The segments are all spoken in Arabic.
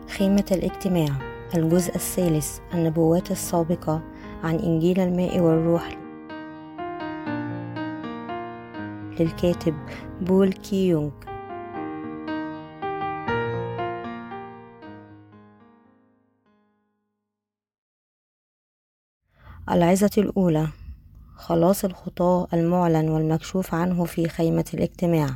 خيمة الاجتماع، الجزء الثالث، النبوات السابقة عن إنجيل الماء والروح، للكاتب بول كي يونغ. العظة الأولى: خلاص الخطاة المعلن والمكشوف عنه في خيمة الاجتماع.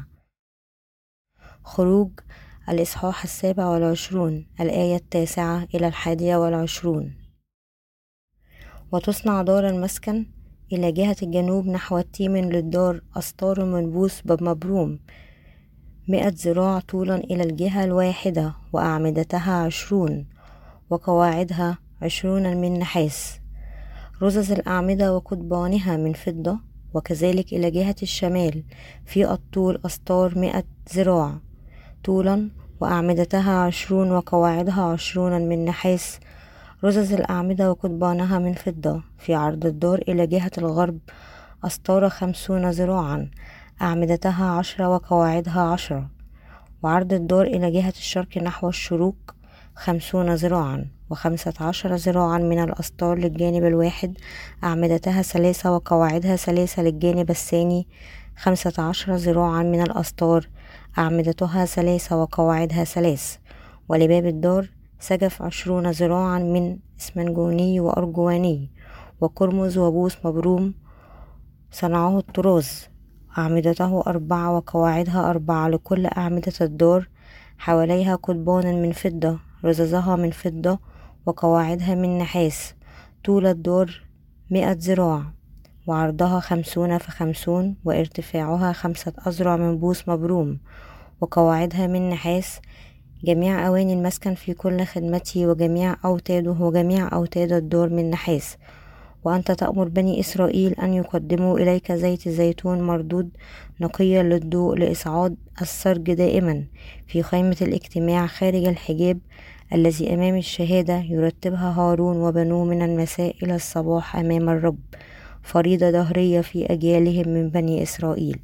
خروج الإصحاح 27 الآية 9 إلى 21. وتصنع دار المسكن إلى جهة الجنوب نحو التيمن للدار أستار منبوس بمبروم 100 ذراع طولا إلى الجهة الواحدة، وأعمدتها 20 وقواعدها 20 من نحاس. رزز الأعمدة وقضبانها من فضة. وكذلك إلى جهة الشمال في الطول أستار 100 ذراع طولا، وأعمدتها 20 وقواعدها 20 من نحاس. رزز الأعمدة وقضبانها من فضة. في عرض الدار إلى جهة الغرب أستار 50 ذراعا، أعمدتها 10 وقواعدها 10. وعرض الدار إلى جهة الشرق نحو الشروق 50 ذراعا، و15 ذراعا من الأستار للجانب الواحد، أعمدتها 3 وقواعدها 3 للجانب الثاني. 15 ذراعا من الأستار، أعمدتها 3 وقواعدها 3. ولباب الدار سجف 20 ذراعا من اسمنجوني وأرجواني وقرمز وبوس مبروم صنعه الطراز. أعمدته 4 وقواعدها 4 لكل أعمدة الدار. حواليها قضبان من فضة، رززها من فضة وقواعدها من نحاس. طول الدار 100 ذراع، وعرضها 50 في 50، وارتفاعها 5 أذرع من بوس مبروم، وقواعدها من نحاس. جميع أواني المسكن في كل خدمته وجميع أوتاده وجميع أوتاد الدار من نحاس. وأنت تأمر بني إسرائيل أن يقدموا إليك زيت زيتون مردود نقيا للضوء لإصعاد السرج دائما في خيمة الاجتماع خارج الحجاب الذي أمام الشهادة، يرتبها هارون وبنوه من المساء إلى الصباح أمام الرب، فريضة دهرية في أجيالهم من بني إسرائيل.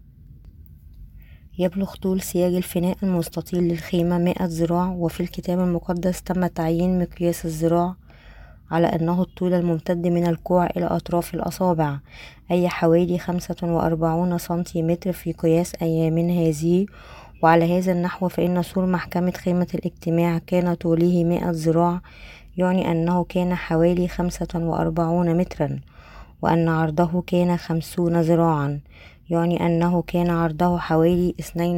يبلغ طول سياج الفناء المستطيل للخيمة 100 ذراع. وفي الكتاب المقدس تم تعيين مقياس الذراع على أنه الطول الممتد من الكوع إلى أطراف الأصابع، أي حوالي 45 سنتيمتر في قياس أيامنا هذه. وعلى هذا النحو فإن سور محكمة خيمة الاجتماع كان طوله 100 ذراع، يعني أنه كان حوالي 45 مترا. وأن عرضه كان 50 ذراعا، يعني أنه كان عرضه حوالي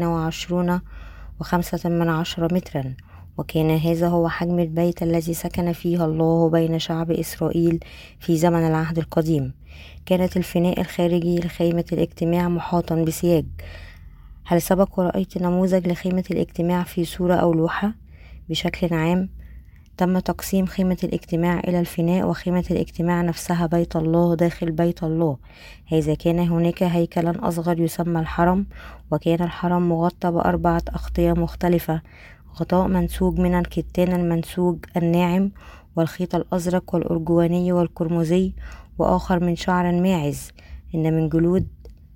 22.5 مترا. وكان هذا هو حجم البيت الذي سكن فيه الله بين شعب إسرائيل في زمن العهد القديم. كانت الفناء الخارجي لخيمة الاجتماع محاطا بسياج. هل سبق ورأيت نموذج لخيمة الاجتماع في صورة أو لوحة؟ بشكل عام تم تقسيم خيمة الاجتماع إلى الفناء وخيمة الاجتماع نفسها بيت الله داخل بيت الله. هذا كان هناك هيكلا أصغر يسمى الحرم، وكان الحرم مغطى ب4 أغطية مختلفة: غطاء منسوج من الكتان المنسوج الناعم والخيط الأزرق والأرجواني والقرمزي، وآخر من شعر ماعز إن من جلود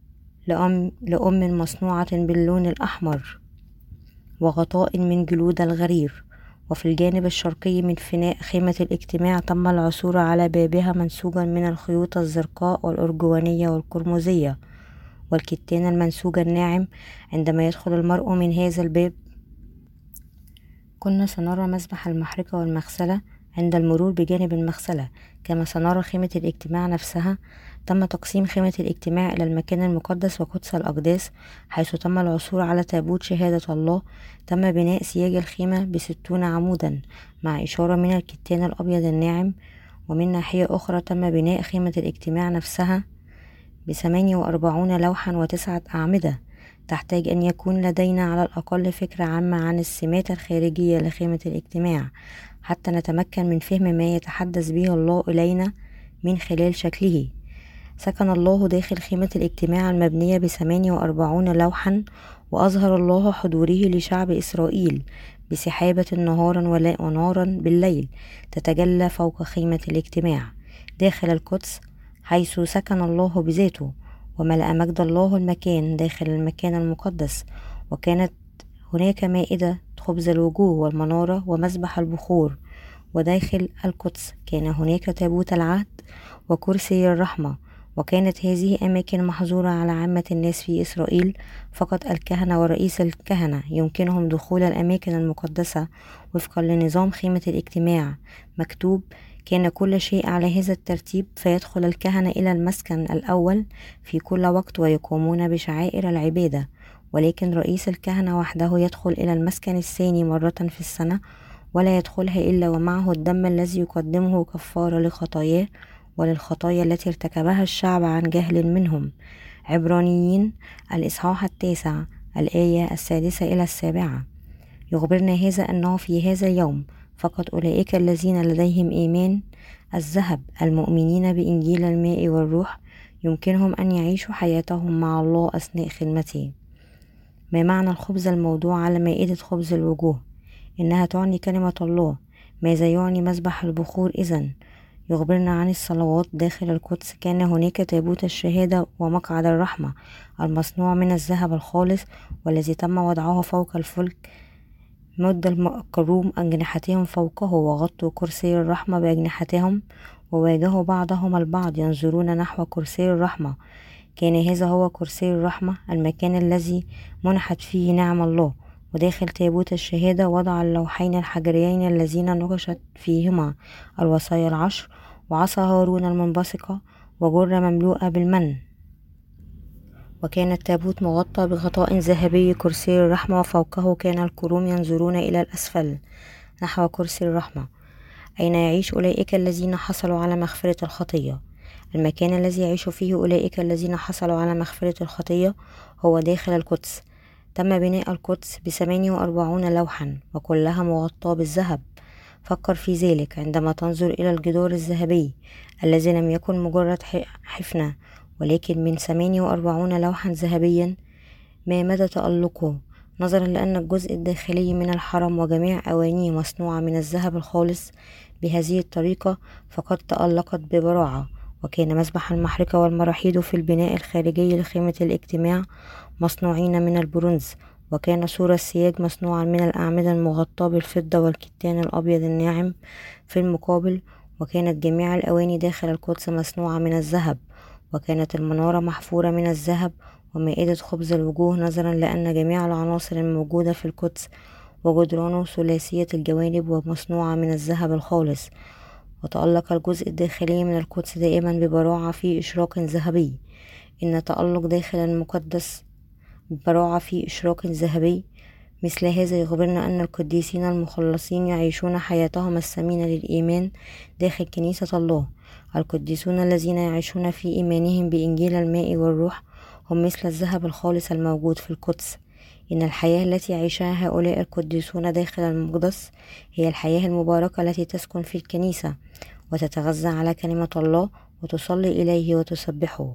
لأم مصنوعة باللون الأحمر، وغطاء من جلود الغرير. وفي الجانب الشرقي من فناء خيمة الاجتماع تم العثور على بابها منسوجا من الخيوط الزرقاء والأرجوانية والقرمزية والكتان المنسوج الناعم. عندما يدخل المرء من هذا الباب كنا سنرى مسبح المحرقة والمغسلة عند المرور بجانب المغسلة، كما سنرى خيمة الاجتماع نفسها. تم تقسيم خيمة الاجتماع إلى المكان المقدس وقدس الأقداس، حيث تم العثور على تابوت شهادة الله. تم بناء سياج الخيمة ب60 عمودا مع إشارة من الكتان الأبيض الناعم. ومن ناحية أخرى تم بناء خيمة الاجتماع نفسها ب48 لوحا و9 أعمدة. تحتاج أن يكون لدينا على الأقل فكرة عامة عن السمات الخارجية لخيمة الاجتماع حتى نتمكن من فهم ما يتحدث به الله إلينا من خلال شكله. سكن الله داخل خيمة الاجتماع المبنية ب48 لوحا، وأظهر الله حضوره لشعب إسرائيل بسحابة نهارا ونارا بالليل تتجلى فوق خيمة الاجتماع داخل القدس، حيث سكن الله بذاته، وملأ مجد الله المكان داخل المكان المقدس. وكانت هناك مائدة خبز الوجوه والمنارة ومذبح البخور. وداخل القدس كان هناك تابوت العهد وكرسي الرحمة. وكانت هذه أماكن محظورة على عامة الناس في إسرائيل، فقط الكهنة ورئيس الكهنة يمكنهم دخول الأماكن المقدسة وفقا لنظام خيمة الاجتماع. مكتوب: كان كل شيء على هذا الترتيب، فيدخل الكهنة إلى المسكن الأول في كل وقت ويقومون بشعائر العبادة، ولكن رئيس الكهنة وحده يدخل إلى المسكن الثاني مرة في السنة، ولا يدخلها إلا ومعه الدم الذي يقدمه كفارة لخطاياه وللخطايا التي ارتكبها الشعب عن جهل منهم. عبرانيين الإصحاح 9 الآية 6 إلى 7 يخبرنا هذا أنه في هذا اليوم فقط أولئك الذين لديهم إيمان الذهب المؤمنين بإنجيل الماء والروح يمكنهم أن يعيشوا حياتهم مع الله أثناء خدمته. ما معنى الخبز الموضوع على مائدة خبز الوجوه؟ إنها تعني كلمة الله. ماذا يعني مذبح البخور إذن؟ يخبرنا عن الصلوات داخل القدس. كان هناك تابوت الشهادة ومقعد الرحمة المصنوع من الذهب الخالص، والذي تم وضعه فوق الفلك. مد الكروم أجنحتهم فوقه وغطوا كرسي الرحمة بأجنحتهم، وواجهوا بعضهم البعض ينظرون نحو كرسي الرحمة. كان هذا هو كرسي الرحمة، المكان الذي منحت فيه نعم الله. وداخل تابوت الشهادة وضع اللوحين الحجريين الذين نقشت فيهما الوصايا العشر، وعصا هارون المنبثقة، وجرة مملوءة بالمن. وكان التابوت مغطى بغطاء ذهبي كرسي الرحمة، وفوقه كان الكروم ينظرون إلى الأسفل نحو كرسي الرحمة. أين يعيش أولئك الذين حصلوا على مغفرة الخطية؟ المكان الذي يعيش فيه أولئك الذين حصلوا على مغفرة الخطية هو داخل القدس. تم بناء القدس ب48 لوحا وكلها مغطاة بالذهب. فكر في ذلك عندما تنظر إلى الجدار الذهبي الذي لم يكن مجرد حفنة، ولكن من 48 لوحا ذهبيا. ما مدى تألقه، نظرا لأن الجزء الداخلي من الحرم وجميع أوانيه مصنوعة من الذهب الخالص. بهذه الطريقة فقد تألقت ببراعة. وكان مسبح المحرقة والمراحيض في البناء الخارجي لخيمة الاجتماع مصنوعين من البرونز. وكان سور السياج مصنوعا من الأعمدة المغطاة بالفضة والكتان الأبيض الناعم في المقابل. وكانت جميع الأواني داخل القدس مصنوعة من الذهب. وكانت المنارة محفورة من الذهب ومائدة خبز الوجوه، نظرا لأن جميع العناصر الموجودة في القدس وجدرانه ثلاثية الجوانب ومصنوعة من الذهب الخالص. وتألق الجزء الداخلي من القدس دائما ببراعة في إشراق ذهبي. إن تألق داخل المقدس ببراعة في إشراق ذهبي مثل هذا يخبرنا أن القديسين المخلصين يعيشون حياتهم الثمينة للإيمان داخل كنيسة الله. القديسون الذين يعيشون في إيمانهم بإنجيل الماء والروح هم مثل الذهب الخالص الموجود في القدس. إن الحياة التي يعيشها هؤلاء القديسون داخل المقدس هي الحياة المباركة التي تسكن في الكنيسة وتتغذى على كلمة الله وتصلي إليه وتسبحه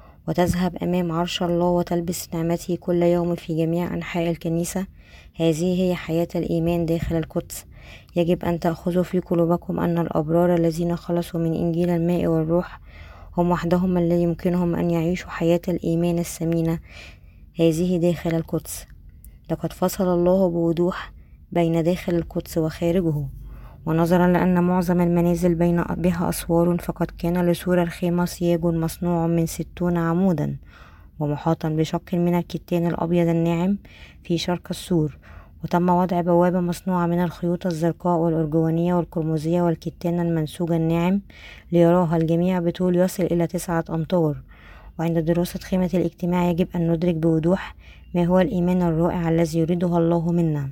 وتذهب أمام عرش الله وتلبس نعمته كل يوم في جميع أنحاء الكنيسة. هذه هي حياة الإيمان داخل القدس. يجب أن تأخذوا في قلوبكم أن الأبرار الذين خلصوا من إنجيل الماء والروح هم وحدهم الذي يمكنهم أن يعيشوا حياة الإيمان الثمينة هذه داخل القدس. لقد فصل الله بوضوح بين داخل القدس وخارجه. ونظرا لأن معظم المنازل بها أسوار، فقد كان لسور الخيمة سياج مصنوع من 60 عمودا ومحاطا بشق من الكتان الأبيض الناعم في شرق السور. وتم وضع بوابة مصنوعة من الخيوط الزرقاء والأرجوانية والقرمزية والكتان المنسوج الناعم ليراها الجميع بطول يصل إلى 9 أمتار. وعند دراسة خيمة الاجتماع يجب أن ندرك بوضوح ما هو الإيمان الرائع الذي يريده الله منا.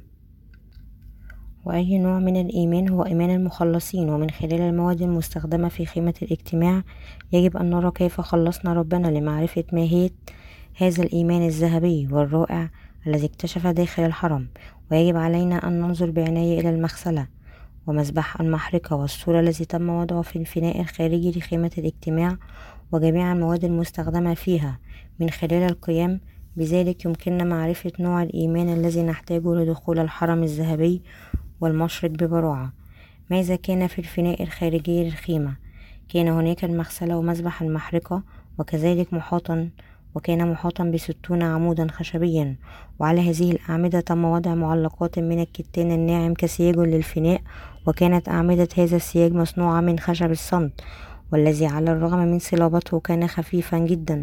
وأي نوع من الإيمان هو إيمان المخلصين. ومن خلال المواد المستخدمة في خيمة الاجتماع يجب أن نرى كيف خلصنا ربنا لمعرفة ماهية هذا الإيمان الذهبي والرائع الذي اكتشف داخل الحرم. ويجب علينا أن ننظر بعناية إلى المغسلة ومذبح المحرقة والسور الذي تم وضعه في الفناء الخارجي لخيمة الاجتماع وجميع المواد المستخدمة فيها. من خلال القيام بذلك يمكننا معرفة نوع الإيمان الذي نحتاجه لدخول الحرم الذهبي والمشرق ببراعة. ماذا كان في الفناء الخارجي للخيمة؟ كان هناك المغسلة ومذبح المحرقة، وكذلك محاطا وكان محاطا ب60 عمودا خشبيا، وعلى هذه الأعمدة تم وضع معلقات من الكتان الناعم كسياج للفناء، وكانت أعمدة هذا السياج مصنوعة من خشب الصمت، والذي على الرغم من صلابته كان خفيفا جدا.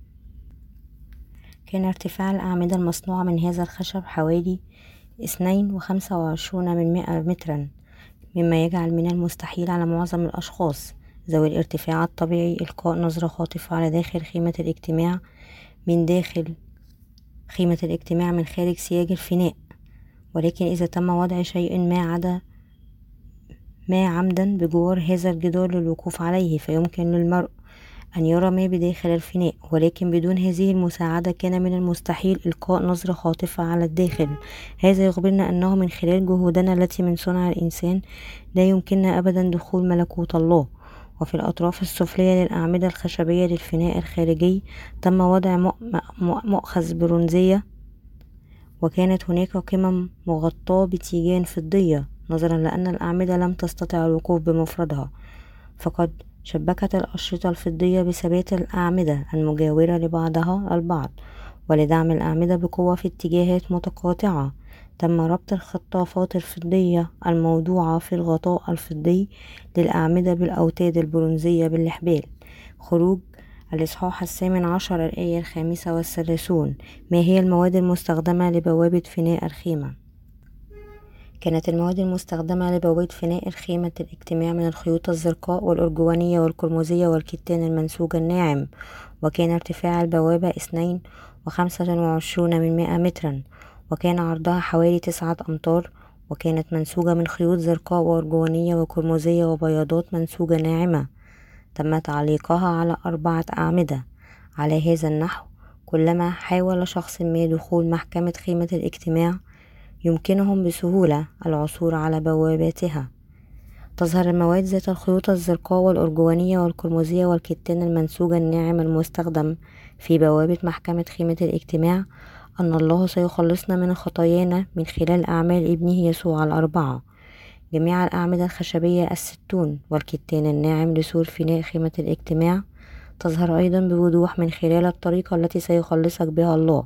كان ارتفاع الأعمدة المصنوعة من هذا الخشب حوالي 2.25 مترا، مما يجعل من المستحيل على معظم الأشخاص ذوي الارتفاع الطبيعي إلقاء نظرة خاطفة على داخل خيمة الاجتماع من خارج سياج الفناء. ولكن إذا تم وضع شيء ما عمدا بجوار هذا الجدار للوقوف عليه، فيمكن للمرء أن يرى ما بداخل الفناء، ولكن بدون هذه المساعدة كان من المستحيل إلقاء نظرة خاطفة على الداخل. هذا يخبرنا أنه من خلال جهودنا التي من صنع الإنسان لا يمكننا أبدا دخول ملكوت الله. وفي الأطراف السفلية للأعمدة الخشبية للفناء الخارجي تم وضع مؤخذ برونزية، وكانت هناك قمم مغطاة بتيجان فضية، نظرا لأن الأعمدة لم تستطع الوقوف بمفردها، فقد شبكت الأشرطة الفضية بثبات الأعمدة المجاورة لبعضها البعض. ولدعم الأعمدة بقوة في اتجاهات متقاطعة تم ربط الخطافات الفضية الموضوعة في الغطاء الفضي للأعمدة بالأوتاد البرونزية بالحبال. خروج الإصحاح 18 الآية 35. ما هي المواد المستخدمة لبوابة فناء الخيمة؟ كانت المواد المستخدمة لبوابة فناء الخيمة الاجتماع من الخيوط الزرقاء والأرجوانية والقرمزية والكتان المنسوج الناعم، وكان ارتفاع البوابة 2.25 مترا، وكان عرضها حوالي 9 أمتار، وكانت منسوجة من خيوط زرقاء وأرجوانية وقرمزية وبياضات منسوجة ناعمة. تم تعليقها على 4 أعمدة. على هذا النحو كلما حاول شخص ما دخول محكمة خيمة الاجتماع يمكنهم بسهولة العثور على بواباتها. تظهر المواد ذات الخيوط الزرقاء والأرجوانية والقرمزية والكتان المنسوج الناعم المستخدم في بوابة محكمة خيمة الاجتماع أن الله سيخلصنا من خطايانا من خلال أعمال ابنه يسوع الأربعة. جميع الأعمدة الخشبية 60 والكتان الناعم لسور فناء خيمة الاجتماع تظهر أيضا بوضوح من خلال الطريقة التي سيخلصك بها الله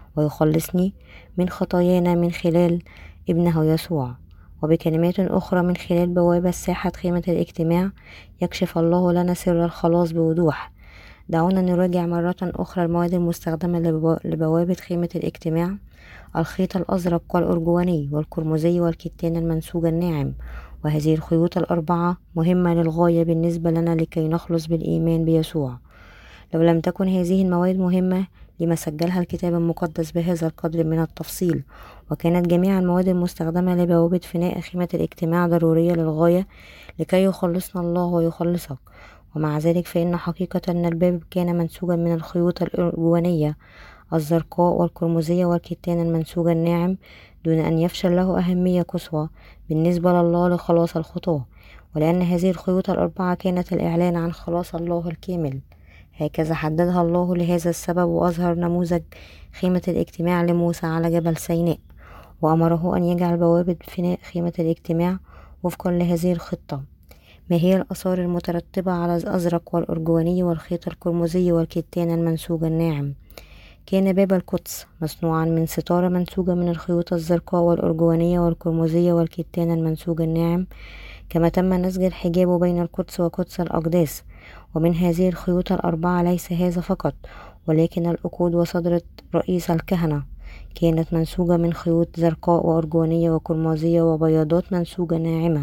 ويخلصني من خطايانا من خلال ابنه يسوع. وبكلمات أخرى من خلال بوابة ساحة خيمة الاجتماع يكشف الله لنا سر الخلاص بوضوح. دعونا نراجع مرة أخرى المواد المستخدمة لبوابة خيمة الاجتماع: الخيط الأزرق والأرجواني والقرمزي والكتان المنسوج الناعم. وهذه الخيوط الأربعة مهمة للغاية بالنسبة لنا لكي نخلص بالإيمان بيسوع. لو لم تكن هذه المواد مهمة لما سجلها الكتاب المقدس بهذا القدر من التفصيل. وكانت جميع المواد المستخدمة لبوابة فناء خيمة الاجتماع ضرورية للغاية لكي يخلصنا الله ويخلصك. ومع ذلك فإن حقيقة أن الباب كان منسوجا من الخيوط الأرجوانية الزرقاء والقرمزية والكتان المنسوج الناعم دون أن يفشل له أهمية قصوى بالنسبة لله لخلاص الخطاة، ولأن هذه الخيوط الأربعة كانت الإعلان عن خلاص الله الكامل. هكذا حددها الله لهذا السبب، وأظهر نموذج خيمة الاجتماع لموسى على جبل سيناء، وأمره أن يجعل بوابة فناء خيمة الاجتماع وفقا لهذه الخطة. ما هي الآثار المترتبة على الأزرق والأرجواني والخيط القرمزي والكتان المنسوج الناعم؟ كان باب القدس مصنوعا من ستارة منسوجة من الخيوط الزرقاء والأرجوانية والقرمزية والكتان المنسوج الناعم، كما تم نسج الحجاب بين القدس وقدس الأقداس. ومن هذه الخيوط الأربعة ليس هذا فقط، ولكن الأقود وصدرة رئيس الكهنة كانت منسوجة من خيوط زرقاء وأرجوانية وقرمزية وبياضات منسوجة ناعمة.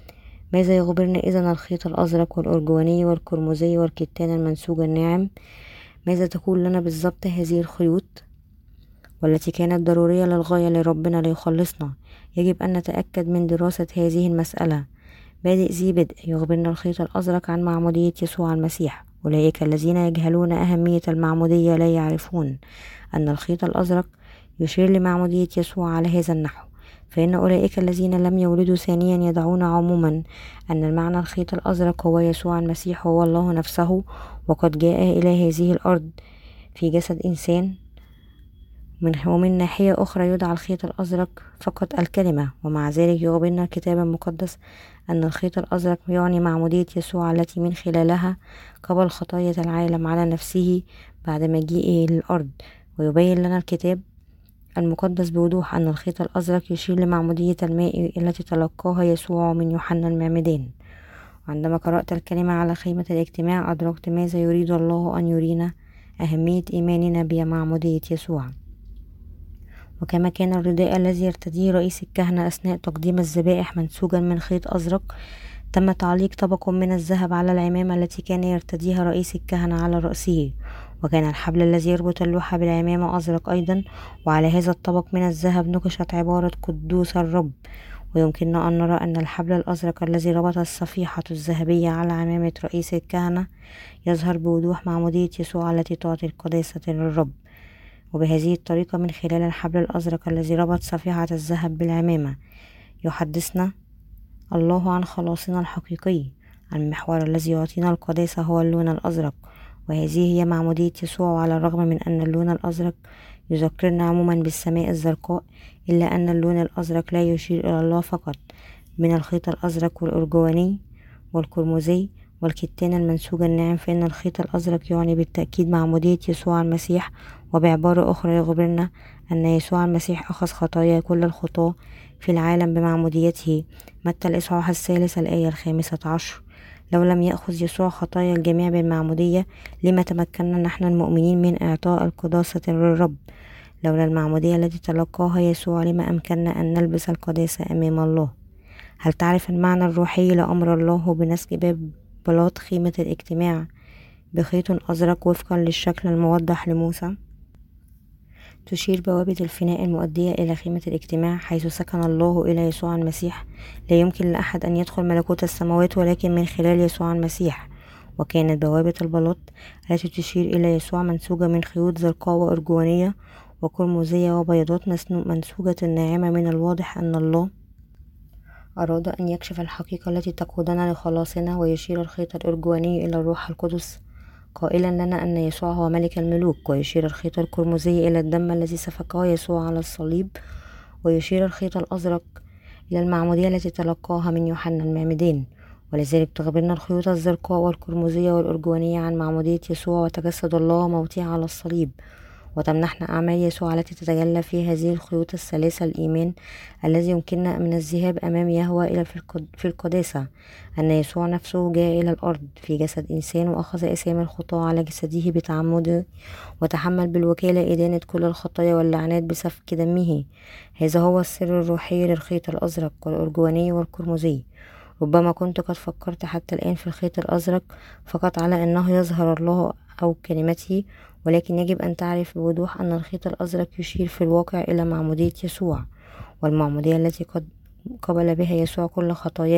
ماذا يخبرنا إذن الخيط الأزرق والأرجواني والقرمزي والكتان المنسوج الناعم؟ ماذا تقول لنا بالضبط هذه الخيوط والتي كانت ضرورية للغاية لربنا ليخلصنا؟ يجب أن نتأكد من دراسة هذه المسألة. بادئ ذي بدء يخبرنا الخيط الأزرق عن معمودية يسوع المسيح. أولئك الذين يجهلون أهمية المعمودية لا يعرفون أن الخيط الأزرق يشير لمعمودية يسوع على هذا النحو، فإن أولئك الذين لم يولدوا ثانيا يدعون عموما أن المعنى الخيط الأزرق هو يسوع المسيح، هو الله نفسه، وقد جاء إلى هذه الأرض في جسد إنسان. ومن ناحية أخرى يدعى الخيط الأزرق فقط الكلمة، ومع ذلك يخبرنا الكتاب المقدس أن الخيط الأزرق يعني معمودية يسوع التي من خلالها قبل خطايا العالم على نفسه بعد مجيئه للأرض. ويبين لنا الكتاب المقدس بوضوح أن الخيط الأزرق يشير لمعمودية الماء التي تلقاها يسوع من يوحنا المعمدان. وعندما قرأت الكلمة على خيمة الاجتماع أدركت ماذا يريد الله أن يرينا: أهمية إيماننا بمعمودية يسوع. وكما كان الرداء الذي يرتديه رئيس الكهنة أثناء تقديم الذبائح منسوجا من خيط أزرق، تم تعليق طبق من الذهب على العمامة التي كان يرتديها رئيس الكهنة على رأسه. وكان الحبل الذي يربط اللوحة بالعمامة أزرق أيضا، وعلى هذا الطبق من الذهب نقشت عبارة قدوس الرب. ويمكننا أن نرى أن الحبل الأزرق الذي ربط الصفيحة الذهبية على عمامة رئيس الكهنة يظهر بوضوح معمودية يسوع التي تعطي القداسة للرب. وبهذه الطريقة من خلال الحبل الأزرق الذي ربط صفيحة الذهب بالعمامة يحدثنا الله عن خلاصنا الحقيقي. المحور الذي يعطينا القداسة هو اللون الأزرق، وهذه هي معمودية يسوع. وعلى الرغم من أن اللون الأزرق يذكرنا عموما بالسماء الزرقاء، إلا أن اللون الأزرق لا يشير إلى الله فقط. من الخيط الأزرق والأرجواني والقرمزي والكتان المنسوج الناعم، فإن الخيط الأزرق يعني بالتأكيد معمودية يسوع المسيح. وبعبارة أخرى يخبرنا أن يسوع المسيح أخذ خطايا كل الخطاة في العالم بمعموديته. متى الإصحاح 3 الآية 15. لو لم يأخذ يسوع خطايا الجميع بالمعمودية، لما تمكننا نحن المؤمنين من إعطاء القداسة للرب؟ لولا المعمودية التي تلقاها يسوع، لما أمكننا أن نلبس القداسة أمام الله؟ هل تعرف المعنى الروحي لأمر الله بنسج باب بلاط خيمة الاجتماع بخيط أزرق وفقا للشكل الموضح لموسى؟ تشير بوابة الفناء المؤدية إلى خيمة الاجتماع حيث سكن الله إلى يسوع المسيح. لا يمكن لأحد أن يدخل ملكوت السماوات ولكن من خلال يسوع المسيح. وكانت بوابة البلاط التي تشير إلى يسوع منسوجة من خيوط زرقاء وأرجوانية وقرمزية وبيضات منسوجة ناعمة. من الواضح أن الله أراد أن يكشف الحقيقة التي تقودنا لخلاصنا. ويشير الخيط الأرجواني إلى الروح القدس قائلا لنا أن يسوع هو ملك الملوك. ويشير الخيط القرمزي إلى الدم الذي سفكه يسوع على الصليب. ويشير الخيط الأزرق إلى المعمودية التي تلقاها من يوحنا المعمدان. ولذلك تخبرنا الخيوط الزرقاء والقرمزية والأرجوانية عن معمودية يسوع وتجسد الله وموته على الصليب. وتمنحنا أعمال يسوع التي تتجلى في هذه الخيوط الثلاثة: الإيمان الذي يمكننا من الذهاب أمام يهوه إلى في القداسة، أن يسوع نفسه جاء إلى الأرض في جسد إنسان وأخذ آثام الخطاة على جسده بتعمده، وتحمل بالوكالة إدانة كل الخطايا واللعنات بسفك دمه. هذا هو السر الروحي للخيط الأزرق والأرجواني والقرمزي. ربما كنت قد فكرت حتى الآن في الخيط الأزرق فقط على أنه يظهر الله أو كلمته، ولكن يجب أن تعرف بوضوح أن الخيط الأزرق يشير في الواقع إلى معمودية يسوع، والمعمودية التي قد قبل بها يسوع كل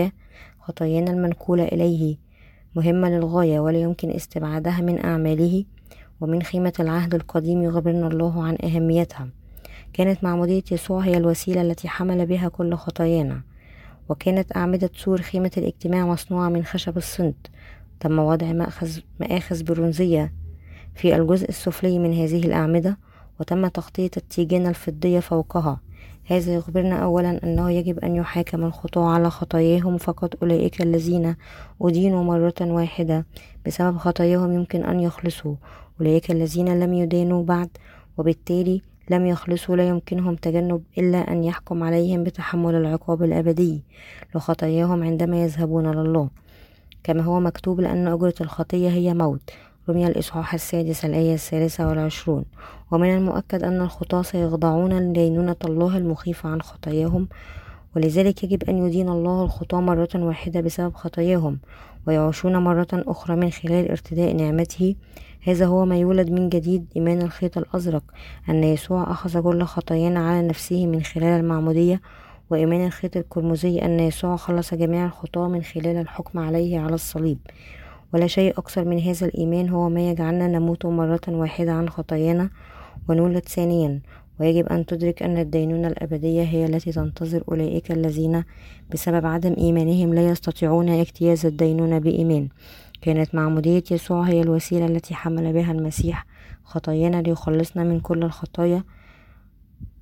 خطايانا المنقولة إليه مهمة للغاية ولا يمكن استبعادها من أعماله. ومن خيمة العهد القديم يخبرنا الله عن أهميتها. كانت معمودية يسوع هي الوسيلة التي حمل بها كل خطايانا. وكانت أعمدة سور خيمة الاجتماع مصنوعة من خشب الصند. تم وضع مآخذ برونزية في الجزء السفلي من هذه الأعمدة، وتم تغطية التيجان الفضية فوقها. هذا يخبرنا أولا أنه يجب أن يحاكم الخطاة على خطاياهم فقط. أولئك الذين أدينوا مرة واحدة بسبب خطاياهم يمكن أن يخلصوا. أولئك الذين لم يدانوا بعد وبالتالي لم يخلصوا لا يمكنهم تجنب إلا أن يحكم عليهم بتحمل العقاب الأبدي لخطاياهم عندما يذهبون لله، كما هو مكتوب: لأن أجرة الخطية هي موت. رمي الإصحاح 6 الآية 23. ومن المؤكد أن الخطاة سيخضعون لدينونة الله المخيفة عن خطاياهم، ولذلك يجب أن يدين الله الخطاة مرة واحدة بسبب خطاياهم ويعيشون مرة أخرى من خلال ارتداء نعمته. هذا هو ما يولد من جديد إيمان الخيط الأزرق، أن يسوع أخذ كل خطايانا على نفسه من خلال المعمودية. وإيمان الخيط القرمزي أن يسوع خلص جميع الخطاة من خلال الحكم عليه على الصليب. ولا شيء أكثر من هذا الإيمان هو ما يجعلنا نموت مرة واحدة عن خطايانا ونولد ثانيا. ويجب أن تدرك أن الدينونة الأبدية هي التي تنتظر أولئك الذين بسبب عدم إيمانهم لا يستطيعون اجتياز الدينونة بإيمان. كانت معمودية يسوع هي الوسيلة التي حمل بها المسيح خطايانا ليخلصنا من كل الخطايا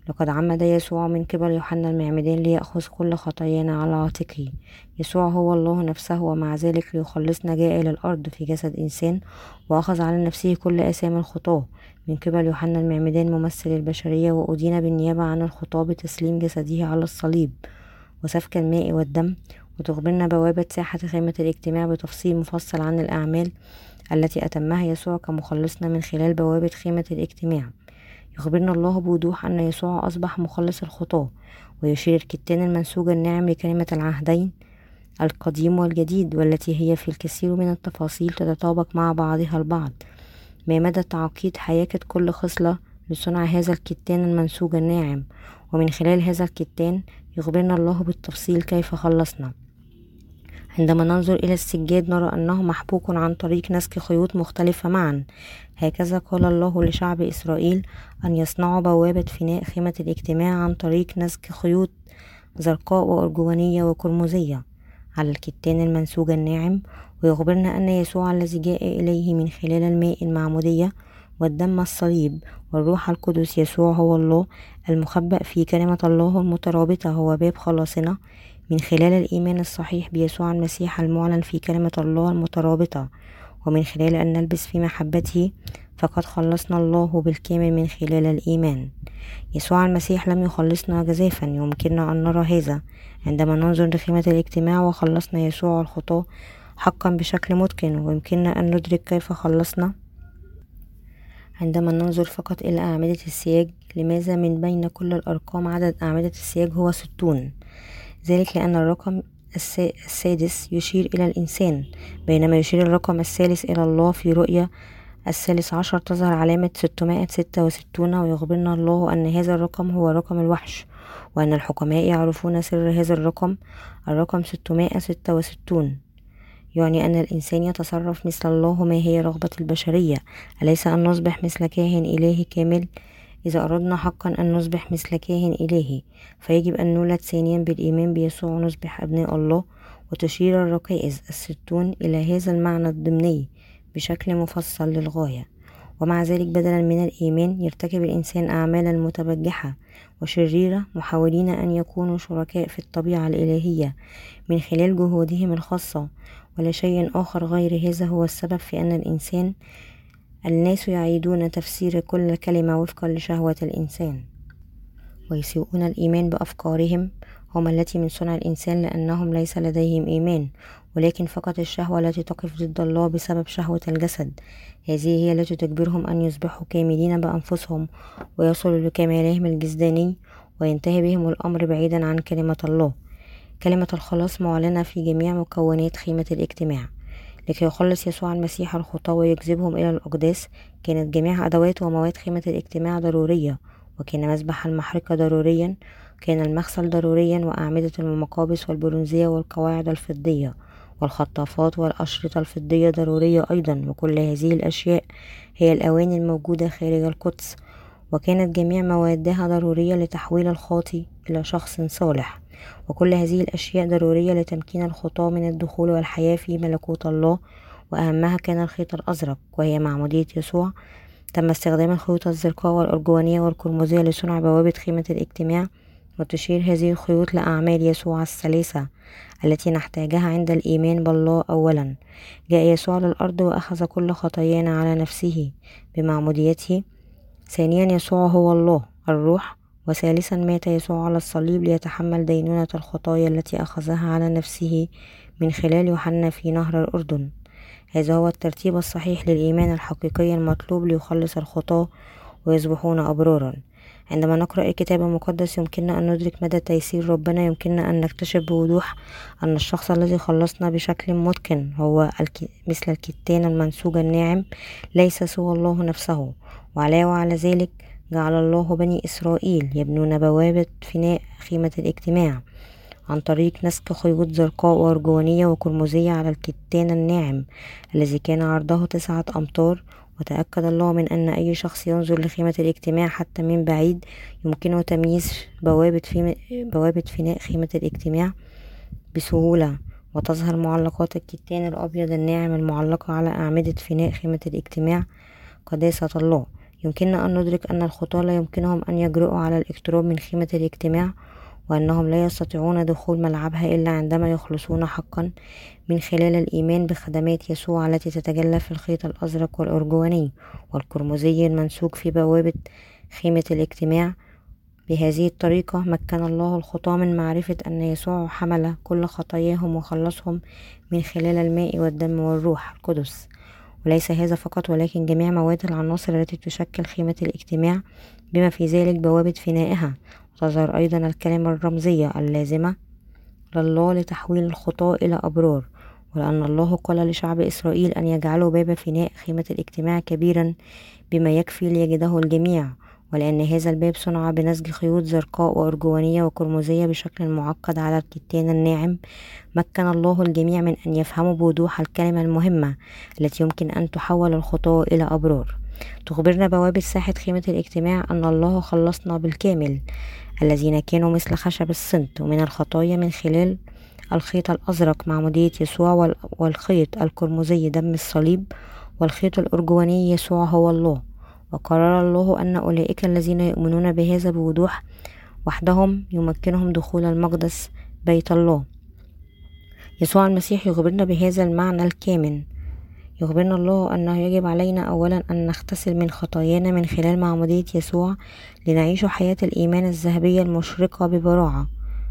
لقد عمد يسوع من قبل يوحنا المعمدان ليأخذ كل خطايانا على عاتقه. يسوع هو الله نفسه، ومع ذلك ليخلصنا جاء إلى الأرض في جسد إنسان، وأخذ على نفسه كل آثام الخطاة من قبل يوحنا المعمدان ممثل البشرية، وأدين بالنيابة عن الخطاة بتسليم جسده على الصليب وسفك الماء والدم. وتخبرنا بوابة ساحة خيمة الاجتماع بتفصيل مفصل عن الأعمال التي أتمها يسوع كمخلصنا من خلال بوابة خيمة الاجتماع. يخبرنا الله بوضوح أن يسوع أصبح مخلص الخطاة، ويشير الكتان المنسوج الناعم لكلمة العهدين القديم والجديد، والتي هي في الكثير من التفاصيل تتطابق مع بعضها البعض. ما مدى تعقيد حياة كل خصلة لصنع هذا الكتان المنسوج الناعم، ومن خلال هذا الكتان يخبرنا الله بالتفصيل كيف خلصنا. عندما ننظر إلى السجاد نرى أنه محبوك عن طريق نسك خيوط مختلفة معا. هكذا قال الله لشعب إسرائيل أن يصنعوا بوابة فناء خيمة الاجتماع عن طريق نسك خيوط زرقاء وأرجوانية وقرمزية على الكتان المنسوج الناعم. ويخبرنا أن يسوع الذي جاء إليه من خلال الماء المعمودية والدم الصليب والروح القدس، يسوع هو الله المخبأ في كلمة الله المترابطة، هو باب خلاصنا من خلال الإيمان الصحيح بيسوع المسيح المعلن في كلمة الله المترابطة، ومن خلال أن نلبس في محبته، فقد خلصنا الله بالكامل من خلال الإيمان. يسوع المسيح لم يخلصنا جزافا، يمكننا أن نرى هذا عندما ننظر لخيمة الاجتماع، وخلصنا يسوع الخطاة حقا بشكل متقن. ويمكننا أن ندرك كيف خلصنا عندما ننظر فقط إلى أعمدة السياج. لماذا من بين كل الأرقام عدد أعمدة السياج هو 60؟ ذلك لأن الرقم السادس يشير إلى الإنسان، بينما يشير الرقم الثالث إلى الله. في رؤية 13 تظهر علامة 666، ويخبرنا الله أن هذا الرقم هو رقم الوحش، وأن الحكماء يعرفون سر هذا الرقم. الرقم 666 يعني أن الإنسان يتصرف مثل الله. ما هي رغبة البشرية؟ أليس أن نصبح مثل كاهن إلهي كامل؟ إذا أردنا حقا أن نصبح مثل كاهن إلهي، فيجب أن نولد ثانيا بالإيمان بيسوع ونصبح أبناء الله. وتشير الركائز 60 إلى هذا المعنى الضمني بشكل مفصل للغاية. ومع ذلك بدلا من الإيمان يرتكب الإنسان أعمالا متبجحة وشريرة، محاولين أن يكونوا شركاء في الطبيعة الإلهية من خلال جهودهم الخاصة، ولا شيء آخر غير هذا هو السبب في أن الناس يعيدون تفسير كل كلمة وفقا لشهوة الإنسان، ويسيئون الإيمان بأفكارهم هم التي من صنع الإنسان، لأنهم ليس لديهم إيمان، ولكن فقط الشهوة التي تقف ضد الله بسبب شهوة الجسد. هذه هي التي تجبرهم أن يصبحوا كاملين بأنفسهم ويصلوا لكمالهم الجسداني، وينتهي بهم الأمر بعيدا عن كلمة الله. كلمة الخلاص معلنة في جميع مكونات خيمة الاجتماع. لكي يخلص يسوع المسيح الخطاة ويجذبهم إلى الأقداس، كانت جميع أدوات ومواد خيمة الاجتماع ضرورية، وكان مذبح المحرقة ضروريا، كان المغسل ضروريا، وأعمدة المقابس والبرونزية والقواعد الفضية والخطافات والأشرطة الفضية ضرورية أيضا. وكل هذه الأشياء هي الأواني الموجودة خارج القدس، وكانت جميع موادها ضرورية لتحويل الخاطي إلى شخص صالح. وكل هذه الأشياء ضرورية لتمكين الخطاة من الدخول والحياة في ملكوت الله، وأهمها كان الخيط الأزرق وهي معمودية يسوع. تم استخدام الخيوط الزرقاء والأرجوانية والقرمزية لصنع بوابة خيمة الاجتماع، وتشير هذه الخيوط لأعمال يسوع الثلاثة التي نحتاجها عند الإيمان بالله. أولا، جاء يسوع للأرض وأخذ كل خطايانا على نفسه بمعموديته. ثانيا، يسوع هو الله الروح. وثالثا، مات يسوع على الصليب ليتحمل دينونة الخطايا التي أخذها على نفسه من خلال يوحنا في نهر الأردن. هذا هو الترتيب الصحيح للإيمان الحقيقي المطلوب ليخلص الخطاة ويصبحون أبرارا. عندما نقرأ الكتاب المقدس يمكننا أن ندرك مدى تيسير ربنا. يمكننا أن نكتشف بوضوح أن الشخص الذي خلصنا بشكل متقن هو مثل الكتان المنسوج الناعم، ليس سوى الله نفسه. وعلى ذلك جعل الله بني إسرائيل يبنون بوابة فناء خيمة الاجتماع عن طريق نسك خيوط زرقاء وأرجوانية وقرمزية على الكتان الناعم الذي كان عرضه 9 أمتار. وتأكد الله من أن أي شخص ينظر لخيمة الاجتماع حتى من بعيد يمكنه تمييز بوابة فناء خيمة الاجتماع بسهولة، وتظهر معلقات الكتان الأبيض الناعم المعلقة على أعمدة فناء خيمة الاجتماع قداسة الله. يمكننا أن ندرك أن الخطاة لا يمكنهم أن يجرؤوا على الاقتراب من خيمة الاجتماع، وأنهم لا يستطيعون دخول ملعبها إلا عندما يخلصون حقا من خلال الإيمان بخدمات يسوع التي تتجلى في الخيط الأزرق والأرجواني والقرمزي المنسوج في بوابة خيمة الاجتماع. بهذه الطريقة مكن الله الخطاة من معرفة أن يسوع حمل كل خطاياهم وخلصهم من خلال الماء والدم والروح القدس. وليس هذا فقط، ولكن جميع مواد العناصر التي تشكل خيمة الاجتماع بما في ذلك بوابة فنائها. وتظهر أيضا الكلمة الرمزية اللازمة لله لتحويل الخطاة إلى أبرار، ولأن الله قال لشعب إسرائيل أن يجعلوا باب فناء خيمة الاجتماع كبيرا بما يكفي ليجده الجميع، ولأن هذا الباب صنع بنسج خيوط زرقاء وأرجوانية وقرمزية بشكل معقد على الكتان الناعم، مكن الله الجميع من أن يفهموا بوضوح الكلمة المهمة التي يمكن أن تحول الخطاة إلى أبرار. تخبرنا بوابة ساحة خيمة الاجتماع أن الله خلصنا بالكامل الذين كانوا مثل خشب الصمت ومن الخطايا من خلال الخيط الأزرق معمودية يسوع، والخيط القرمزي دم الصليب، والخيط الأرجواني يسوع هو الله. وقرر الله أن أولئك الذين يؤمنون بهذا بوضوح وحدهم يمكنهم دخول المقدس بيت الله. يسوع المسيح يخبرنا بهذا المعنى الكامن. يخبرنا الله أنه يجب علينا أولا أن نغتسل من خطايانا من خلال معمودية يسوع لنعيش حياة الإيمان الذهبية المشرقة ببراعة.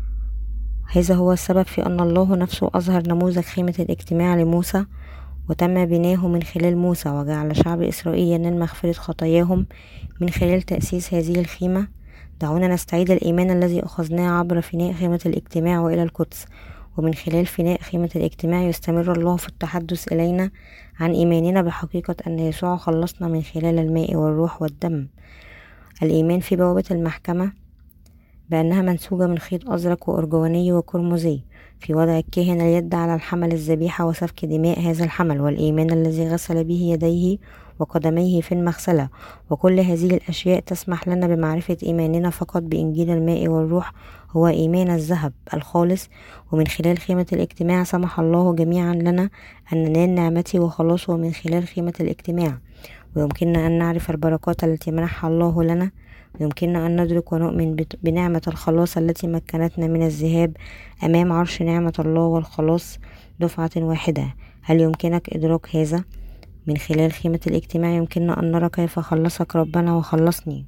هذا هو السبب في أن الله نفسه أظهر نموذج خيمة الاجتماع لموسى، وتم بناه من خلال موسى، وجعل شعب إسرائيل ينال مغفرة خطاياهم من خلال تأسيس هذه الخيمة. دعونا نستعيد الإيمان الذي أخذناه عبر فناء خيمة الاجتماع وإلى القدس، ومن خلال فناء خيمة الاجتماع يستمر الله في التحدث إلينا عن إيماننا بحقيقة أن يسوع خلصنا من خلال الماء والروح والدم. الإيمان في بوابة المحكمة بأنها منسوجة من خيط أزرق وأرجواني وقرمزي، في وضع الكاهن اليد على الحمل الذبيحة وسفك دماء هذا الحمل، والإيمان الذي غسل به يديه وقدميه في المغسلة. وكل هذه الأشياء تسمح لنا بمعرفة إيماننا فقط بإنجيل الماء والروح هو إيمان الذهب الخالص. ومن خلال خيمة الاجتماع سمح الله جميعا لنا أن ننال نعمته وخلاصه من خلال خيمة الاجتماع، ويمكننا أن نعرف البركات التي منحها الله لنا، ويمكننا أن ندرك ونؤمن بنعمة الخلاص التي مكنتنا من الذهاب أمام عرش نعمة الله والخلاص دفعة واحدة. هل يمكنك إدراك هذا؟ من خلال خيمة الاجتماع يمكننا أن نرى كيف خلصك ربنا وخلصني،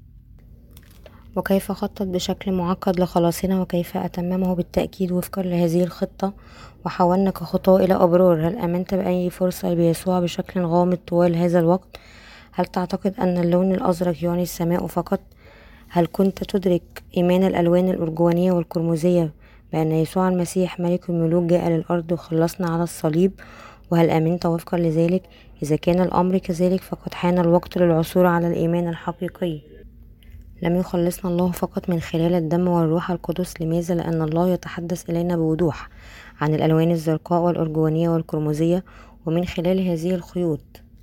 وكيف خطط بشكل معقد لخلاصنا، وكيف أتممه بالتأكيد وفقا لهذه الخطة وحولنا كخطاة إلى أبرار. هل آمنت بأي فرصة بيسوع بشكل غامض طوال هذا الوقت؟ هل تعتقد أن اللون الأزرق يعني السماء فقط؟ هل كنت تدرك إيمان الألوان الأرجوانية والقرمزية بأن يسوع المسيح ملك الملوك جاء للأرض وخلصنا على الصليب؟ وهل آمنت وفقا لذلك؟ إذا كان الأمر كذلك فقد حان الوقت للعثور على الإيمان الحقيقي. لم يخلصنا الله فقط من خلال الدم والروح القدس. لماذا؟ لأن الله يتحدث إلينا بوضوح عن الألوان الزرقاء والأرجوانية والقرمزية، ومن خلال هذه الخيوط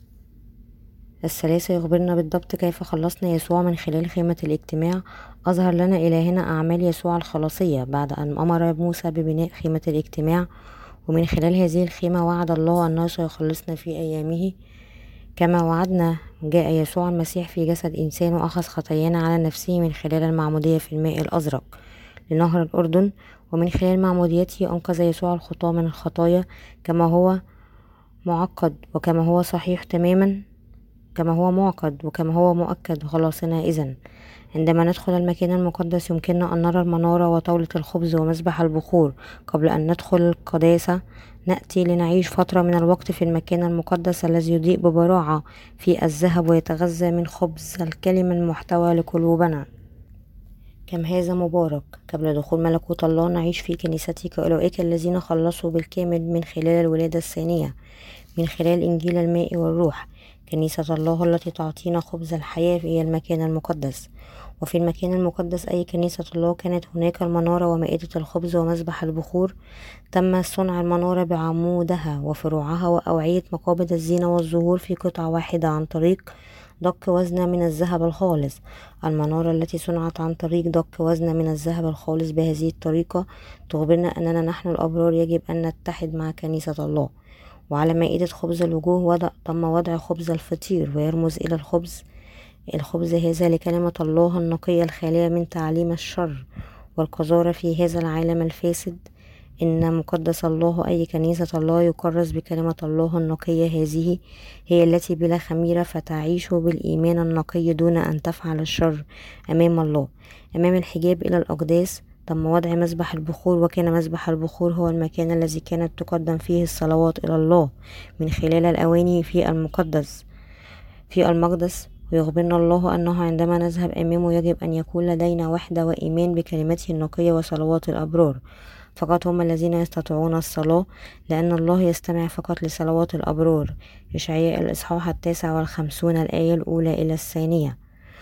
الثلاثة يخبرنا بالضبط كيف خلصنا يسوع من خلال خيمة الاجتماع. أظهر لنا إلهنا أعمال يسوع الخلاصية بعد أن أمر موسى ببناء خيمة الاجتماع، ومن خلال هذه الخيمة وعد الله أنه سيخلصنا في أيامه كما وعدنا. جاء يسوع المسيح في جسد إنسان وأخذ خطايانا على نفسه من خلال المعمودية في الماء الأزرق لنهر الأردن، ومن خلال معموديته أنقذ يسوع الخطاة من الخطايا. كما هو معقد وكما هو صحيح تماما كما هو معقد وكما هو مؤكد خلاصنا. إذن عندما ندخل المكان المقدس يمكننا أن نرى المنارة وطاولة الخبز ومذبح البخور. قبل أن ندخل القداسة نأتي لنعيش فترة من الوقت في المكان المقدس الذي يضيء ببراعة في الذهب ويتغذى من خبز الكلمة المحتوى لقلوبنا. كم هذا مبارك! قبل دخول ملكوت الله نعيش في كنيسته كأولئك الذين خلصوا بالكامل من خلال الولادة الثانية من خلال إنجيل الماء والروح. كنيسة الله التي تعطينا خبز الحياة هي المكان المقدس، وفي المكان المقدس أي كنيسة الله كانت هناك المنارة ومائدة الخبز ومذبح البخور. تم صنع المنارة بعمودها وفروعها وأوعية مقابض الزينة والزهور في قطعة واحدة عن طريق دق وزنة من الذهب الخالص. المنارة التي صنعت عن طريق دق وزنة من الذهب الخالص بهذه الطريقة تخبرنا أننا نحن الأبرار يجب أن نتحد مع كنيسة الله. وعلى مائدة خبز الوجوه تم وضع خبز الفطير ويرمز إلى الخبز الخبز هذا لكلمة الله النقية الخالية من تعليم الشر والقذارة في هذا العالم الفاسد. إن مقدس الله أي كنيسة الله يكرس بكلمة الله النقية هذه هي التي بلا خميرة، فتعيش بالإيمان النقي دون أن تفعل الشر أمام الله. أمام الحجاب إلى الأقداس تم وضع مذبح البخور، وكان مذبح البخور هو المكان الذي كانت تقدم فيه الصلوات إلى الله من خلال الأواني في المقدس. ويخبرنا الله أنه عندما نذهب أمامه يجب أن يكون لدينا وحدة وإيمان بكلمته النقية وصلوات الأبرار. فقط هم الذين يستطيعون الصلاة، لأن الله يستمع فقط لصلوات الأبرار. إشعياء الإصحاح 59 الآية الأولى إلى الثانية.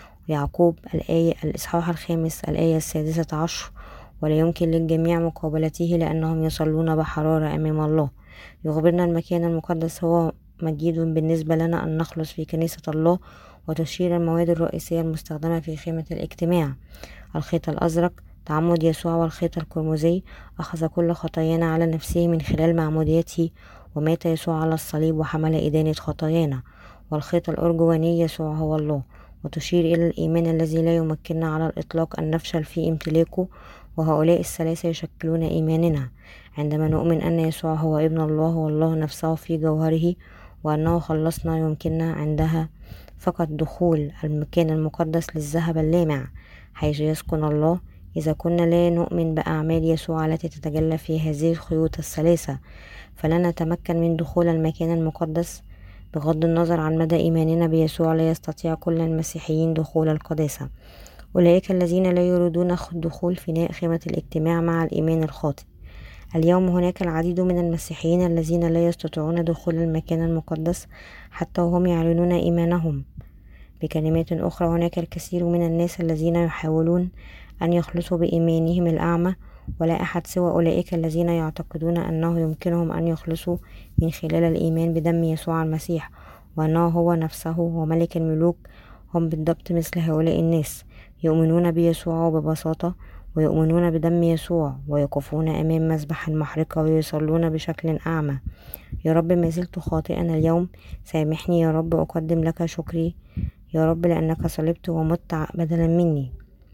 يعقوب الإصحاح 5 الآية 16. ولا يمكن للجميع مقابلته لأنهم يصلون بحرارة أمام الله. يخبرنا المكان المقدس هو مجيد بالنسبة لنا أن نخلص في كنيسة الله. وتشير المواد الرئيسية المستخدمة في خيمة الاجتماع: الخيط الأزرق تعمد يسوع، والخيط القرمزي أخذ كل خطايانا على نفسه من خلال معموديته، ومات يسوع على الصليب وحمل إدانة خطايانا. والخيط الأرجواني يسوع هو الله، وتشير إلى الإيمان الذي لا يمكننا على الإطلاق أن نفشل في امتلاكه. وهؤلاء الثلاثة يشكلون إيماننا عندما نؤمن أن يسوع هو ابن الله والله نفسه في جوهره، وأنه خلصنا. يمكننا عندها فقط دخول المكان المقدس للذهب اللامع حيث يسكن الله. إذا كنا لا نؤمن بأعمال يسوع التي تتجلى في هذه الخيوط الثلاثة، فلن نتمكن من دخول المكان المقدس. بغض النظر عن مدى إيماننا بيسوع، لا يستطيع كل المسيحيين دخول القداسة. أولئك الذين لا يريدون الدخول فناء خيمة الاجتماع مع الإيمان الخاطئ. اليوم هناك العديد من المسيحيين الذين لا يستطيعون دخول المكان المقدس حتى وهم يعلنون إيمانهم. بكلمات أخرى، هناك الكثير من الناس الذين يحاولون أن يخلصوا بإيمانهم الأعمى، ولا أحد سوى أولئك الذين يعتقدون أنه يمكنهم أن يخلصوا من خلال الإيمان بدم يسوع المسيح، وأنه هو نفسه وملك الملوك. هم بالضبط مثل هؤلاء الناس، يؤمنون بيسوع ببساطة، ويؤمنون بدم يسوع، ويقفون أمام مذبح المحرقة ويصلون بشكل أعمى: يا رب، ما زلت خاطئا اليوم، سامحني يا رب، أقدم لك شكري يا رب لأنك صلبت ومت بدلا مني.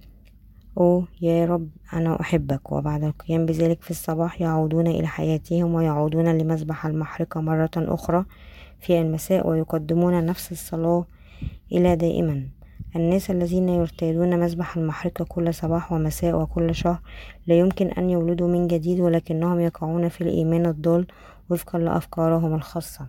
أوه يا رب، أنا أحبك. وبعد القيام بذلك في الصباح يعودون إلى حياتهم ويعودون لمذبح المحرقة مرة أخرى في المساء ويقدمون نفس الصلاة إلى دائما. الناس الذين يرتادون مذبح المحرقة كل صباح ومساء وكل شهر لا يمكن أن يولدوا من جديد، ولكنهم يقعون في الإيمان الضال وفقا لأفكارهم الخاصة،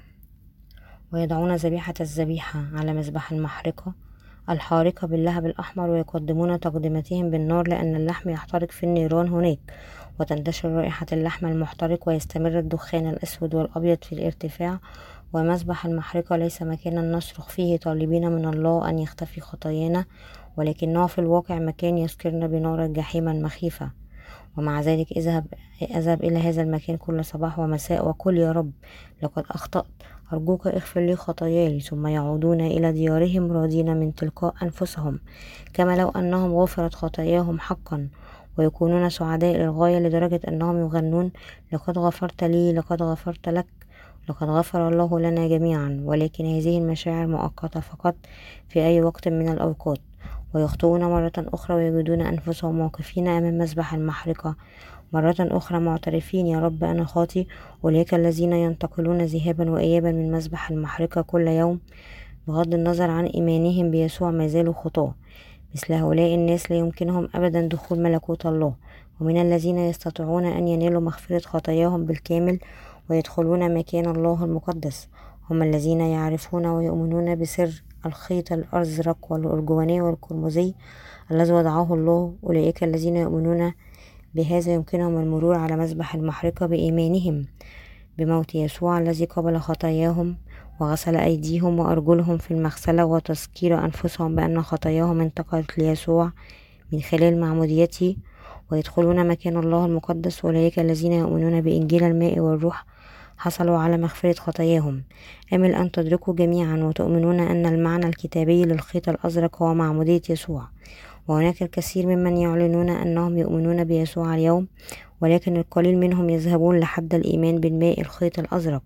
ويضعون الذبيحة على مذبح المحرقة الحارقة باللهب الأحمر، ويقدمون تقدمتهم بالنار لأن اللحم يحترق في النيران هناك، وتنتشر رائحة اللحم المحترق، ويستمر الدخان الأسود والأبيض في الارتفاع. ومذبح المحرقة ليس مكانا نصرخ فيه طالبين من الله أن يختفي خطايانا، ولكنه في الواقع مكان يسكرنا بنار الجحيم المخيفة. ومع ذلك اذهب إلى هذا المكان كل صباح ومساء وقل: يا رب، لقد أخطأت، أرجوك اغفر لي خطاياي. ثم يعودون إلى ديارهم راضين من تلقاء أنفسهم كما لو أنهم غفرت خطاياهم حقا، ويكونون سعداء للغاية لدرجة أنهم يغنون: لقد غفرت لي، لقد غفرت لك، لقد غفر الله لنا جميعا. ولكن هذه المشاعر مؤقتة فقط في أي وقت من الأوقات، ويخطئون مرة أخرى ويجدون أنفسهم واقفين أمام مذبح المحرقة مرة أخرى معترفين: يا رب، أنا خاطي. أولئك الذين ينتقلون ذهابا وإيابا من مذبح المحرقة كل يوم بغض النظر عن إيمانهم بيسوع ما زالوا خطاة. مثل هؤلاء الناس لا يمكنهم أبدا دخول ملكوت الله. ومن الذين يستطيعون أن ينالوا مغفرة خطاياهم بالكامل ويدخلون مكان الله المقدس هم الذين يعرفون ويؤمنون بسر الخيط الأزرق والأرجواني والقرمزي الذي وضعه الله. أولئك الذين يؤمنون بهذا يمكنهم المرور على مذبح المحرقة بإيمانهم بموت يسوع الذي قبل خطاياهم وغسل أيديهم وأرجلهم في المغسلة، وتذكير أنفسهم بأن خطاياهم انتقلت ليسوع من خلال معموديته، ويدخلون مكان الله المقدس. أولئك الذين يؤمنون بإنجيل الماء والروح حصلوا على مغفرة خطاياهم. أمل أن تدركوا جميعا وتؤمنون أن المعنى الكتابي للخيط الأزرق هو معمودية يسوع. وهناك الكثير ممن يعلنون أنهم يؤمنون بيسوع اليوم، ولكن القليل منهم يذهبون لحد الإيمان بالماء الخيط الأزرق.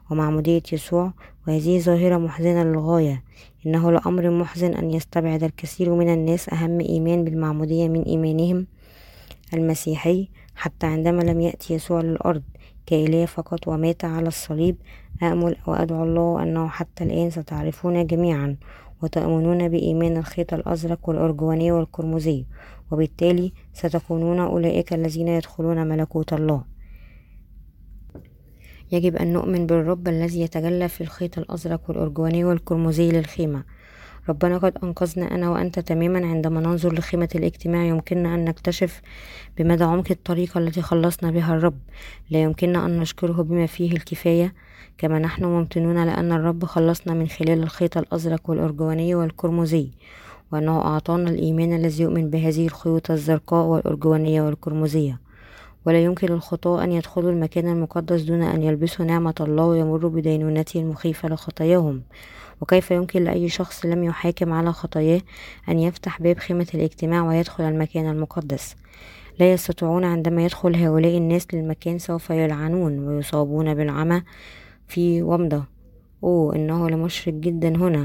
ومعمودية يسوع، وهذه ظاهرة محزنة للغاية. إنه لأمر محزن أن يستبعد الكثير من الناس أهم إيمان بالمعمودية من إيمانهم المسيحي، حتى عندما لم يأتي يسوع للأرض كإله فقط ومات على الصليب. أأمل وأدعو الله أنه حتى الآن ستعرفون جميعا وتؤمنون بإيمان الخيط الأزرق والأرجواني والقرمزي، وبالتالي ستكونون أولئك الذين يدخلون ملكوت الله. يجب أن نؤمن بالرب الذي يتجلى في الخيط الأزرق والأرجواني والقرمزي للخيمة. ربنا قد أنقذنا أنا وأنت تماما. عندما ننظر لخيمة الاجتماع يمكننا أن نكتشف بمدى عمق الطريقة التي خلصنا بها الرب. لا يمكننا أن نشكره بما فيه الكفاية. كما نحن ممتنون لأن الرب خلصنا من خلال الخيط الأزرق والأرجواني والقرمزي، وأنه أعطانا الإيمان الذي يؤمن بهذه الخيوط الزرقاء والأرجوانية والقرمزية. ولا يمكن للخطاة أن يدخلوا المكان المقدس دون أن يلبسوا نعمة الله ويمروا بدينونته المخيفة لخطاياهم. وكيف يمكن لأي شخص لم يحاكم على خطاياه أن يفتح باب خيمة الاجتماع ويدخل المكان المقدس؟ لا يستطيعون. عندما يدخل هؤلاء الناس للمكان سوف يلعنون ويصابون بالعمى في ومضة. إنه لمشرق جدا هنا.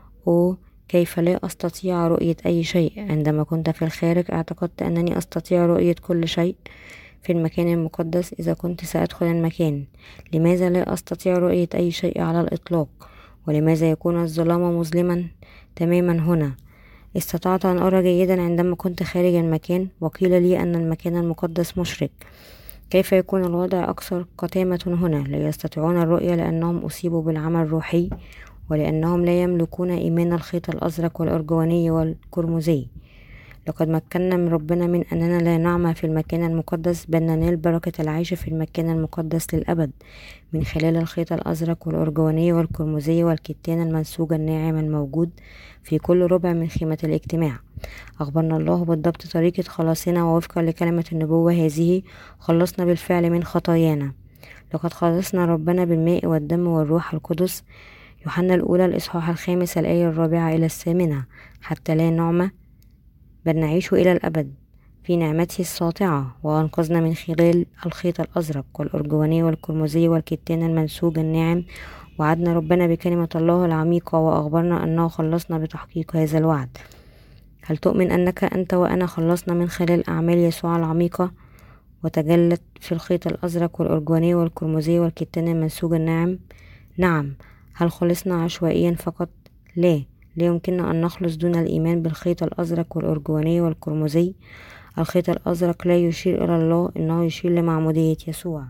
كيف لا أستطيع رؤية أي شيء؟ عندما كنت في الخارج اعتقدت أنني أستطيع رؤية كل شيء في المكان المقدس. إذا كنت سأدخل المكان، لماذا لا أستطيع رؤية أي شيء على الإطلاق؟ ولماذا يكون الظلام مظلما تماما هنا؟ استطعت أن أرى جيدا عندما كنت خارج المكان، وقيل لي أن المكان المقدس مشرق. كيف يكون الوضع أكثر قتامة هنا؟ لا يستطيعون الرؤية لأنهم أصيبوا بالعمى الروحي، ولأنهم لا يملكون إيمان الخيط الأزرق والأرجواني والقرمزي. لقد مكننا من ربنا من أننا لا نعمى في المكان المقدس، بل ننال بركة العيش في المكان المقدس للأبد من خلال الخيط الأزرق والأرجواني والقرمزي والكتان المنسوج الناعم الموجود في كل ربع من خيمة الاجتماع. أخبرنا الله بالضبط طريقة خلاصنا، ووفقا لكلمة النبوة هذه خلصنا بالفعل من خطايانا. لقد خلصنا ربنا بالماء والدم والروح القدس. يوحنا الأولى الإصحاح 5 الآية 4 إلى 8. حتى لا نعمى بل نعيش إلى الأبد في نعمته الساطعة. وأنقذنا من خلال الخيط الأزرق والأرجواني والقرمزي والكتان المنسوج الناعم. وعدنا ربنا بكلمة الله العميقة، وأخبرنا أنه خلصنا بتحقيق هذا الوعد. هل تؤمن أنك أنت وأنا خلصنا من خلال أعمال يسوع العميقة وتجلت في الخيط الأزرق والأرجواني والقرمزي والكتان المنسوج الناعم؟ نعم. هل خلصنا عشوائيا فقط؟ لا يمكننا أن نخلص دون الإيمان بالخيط الأزرق والأرجواني والقرمزي. الخيط الأزرق لا يشير إلى الله، إنه يشير لمعمودية يسوع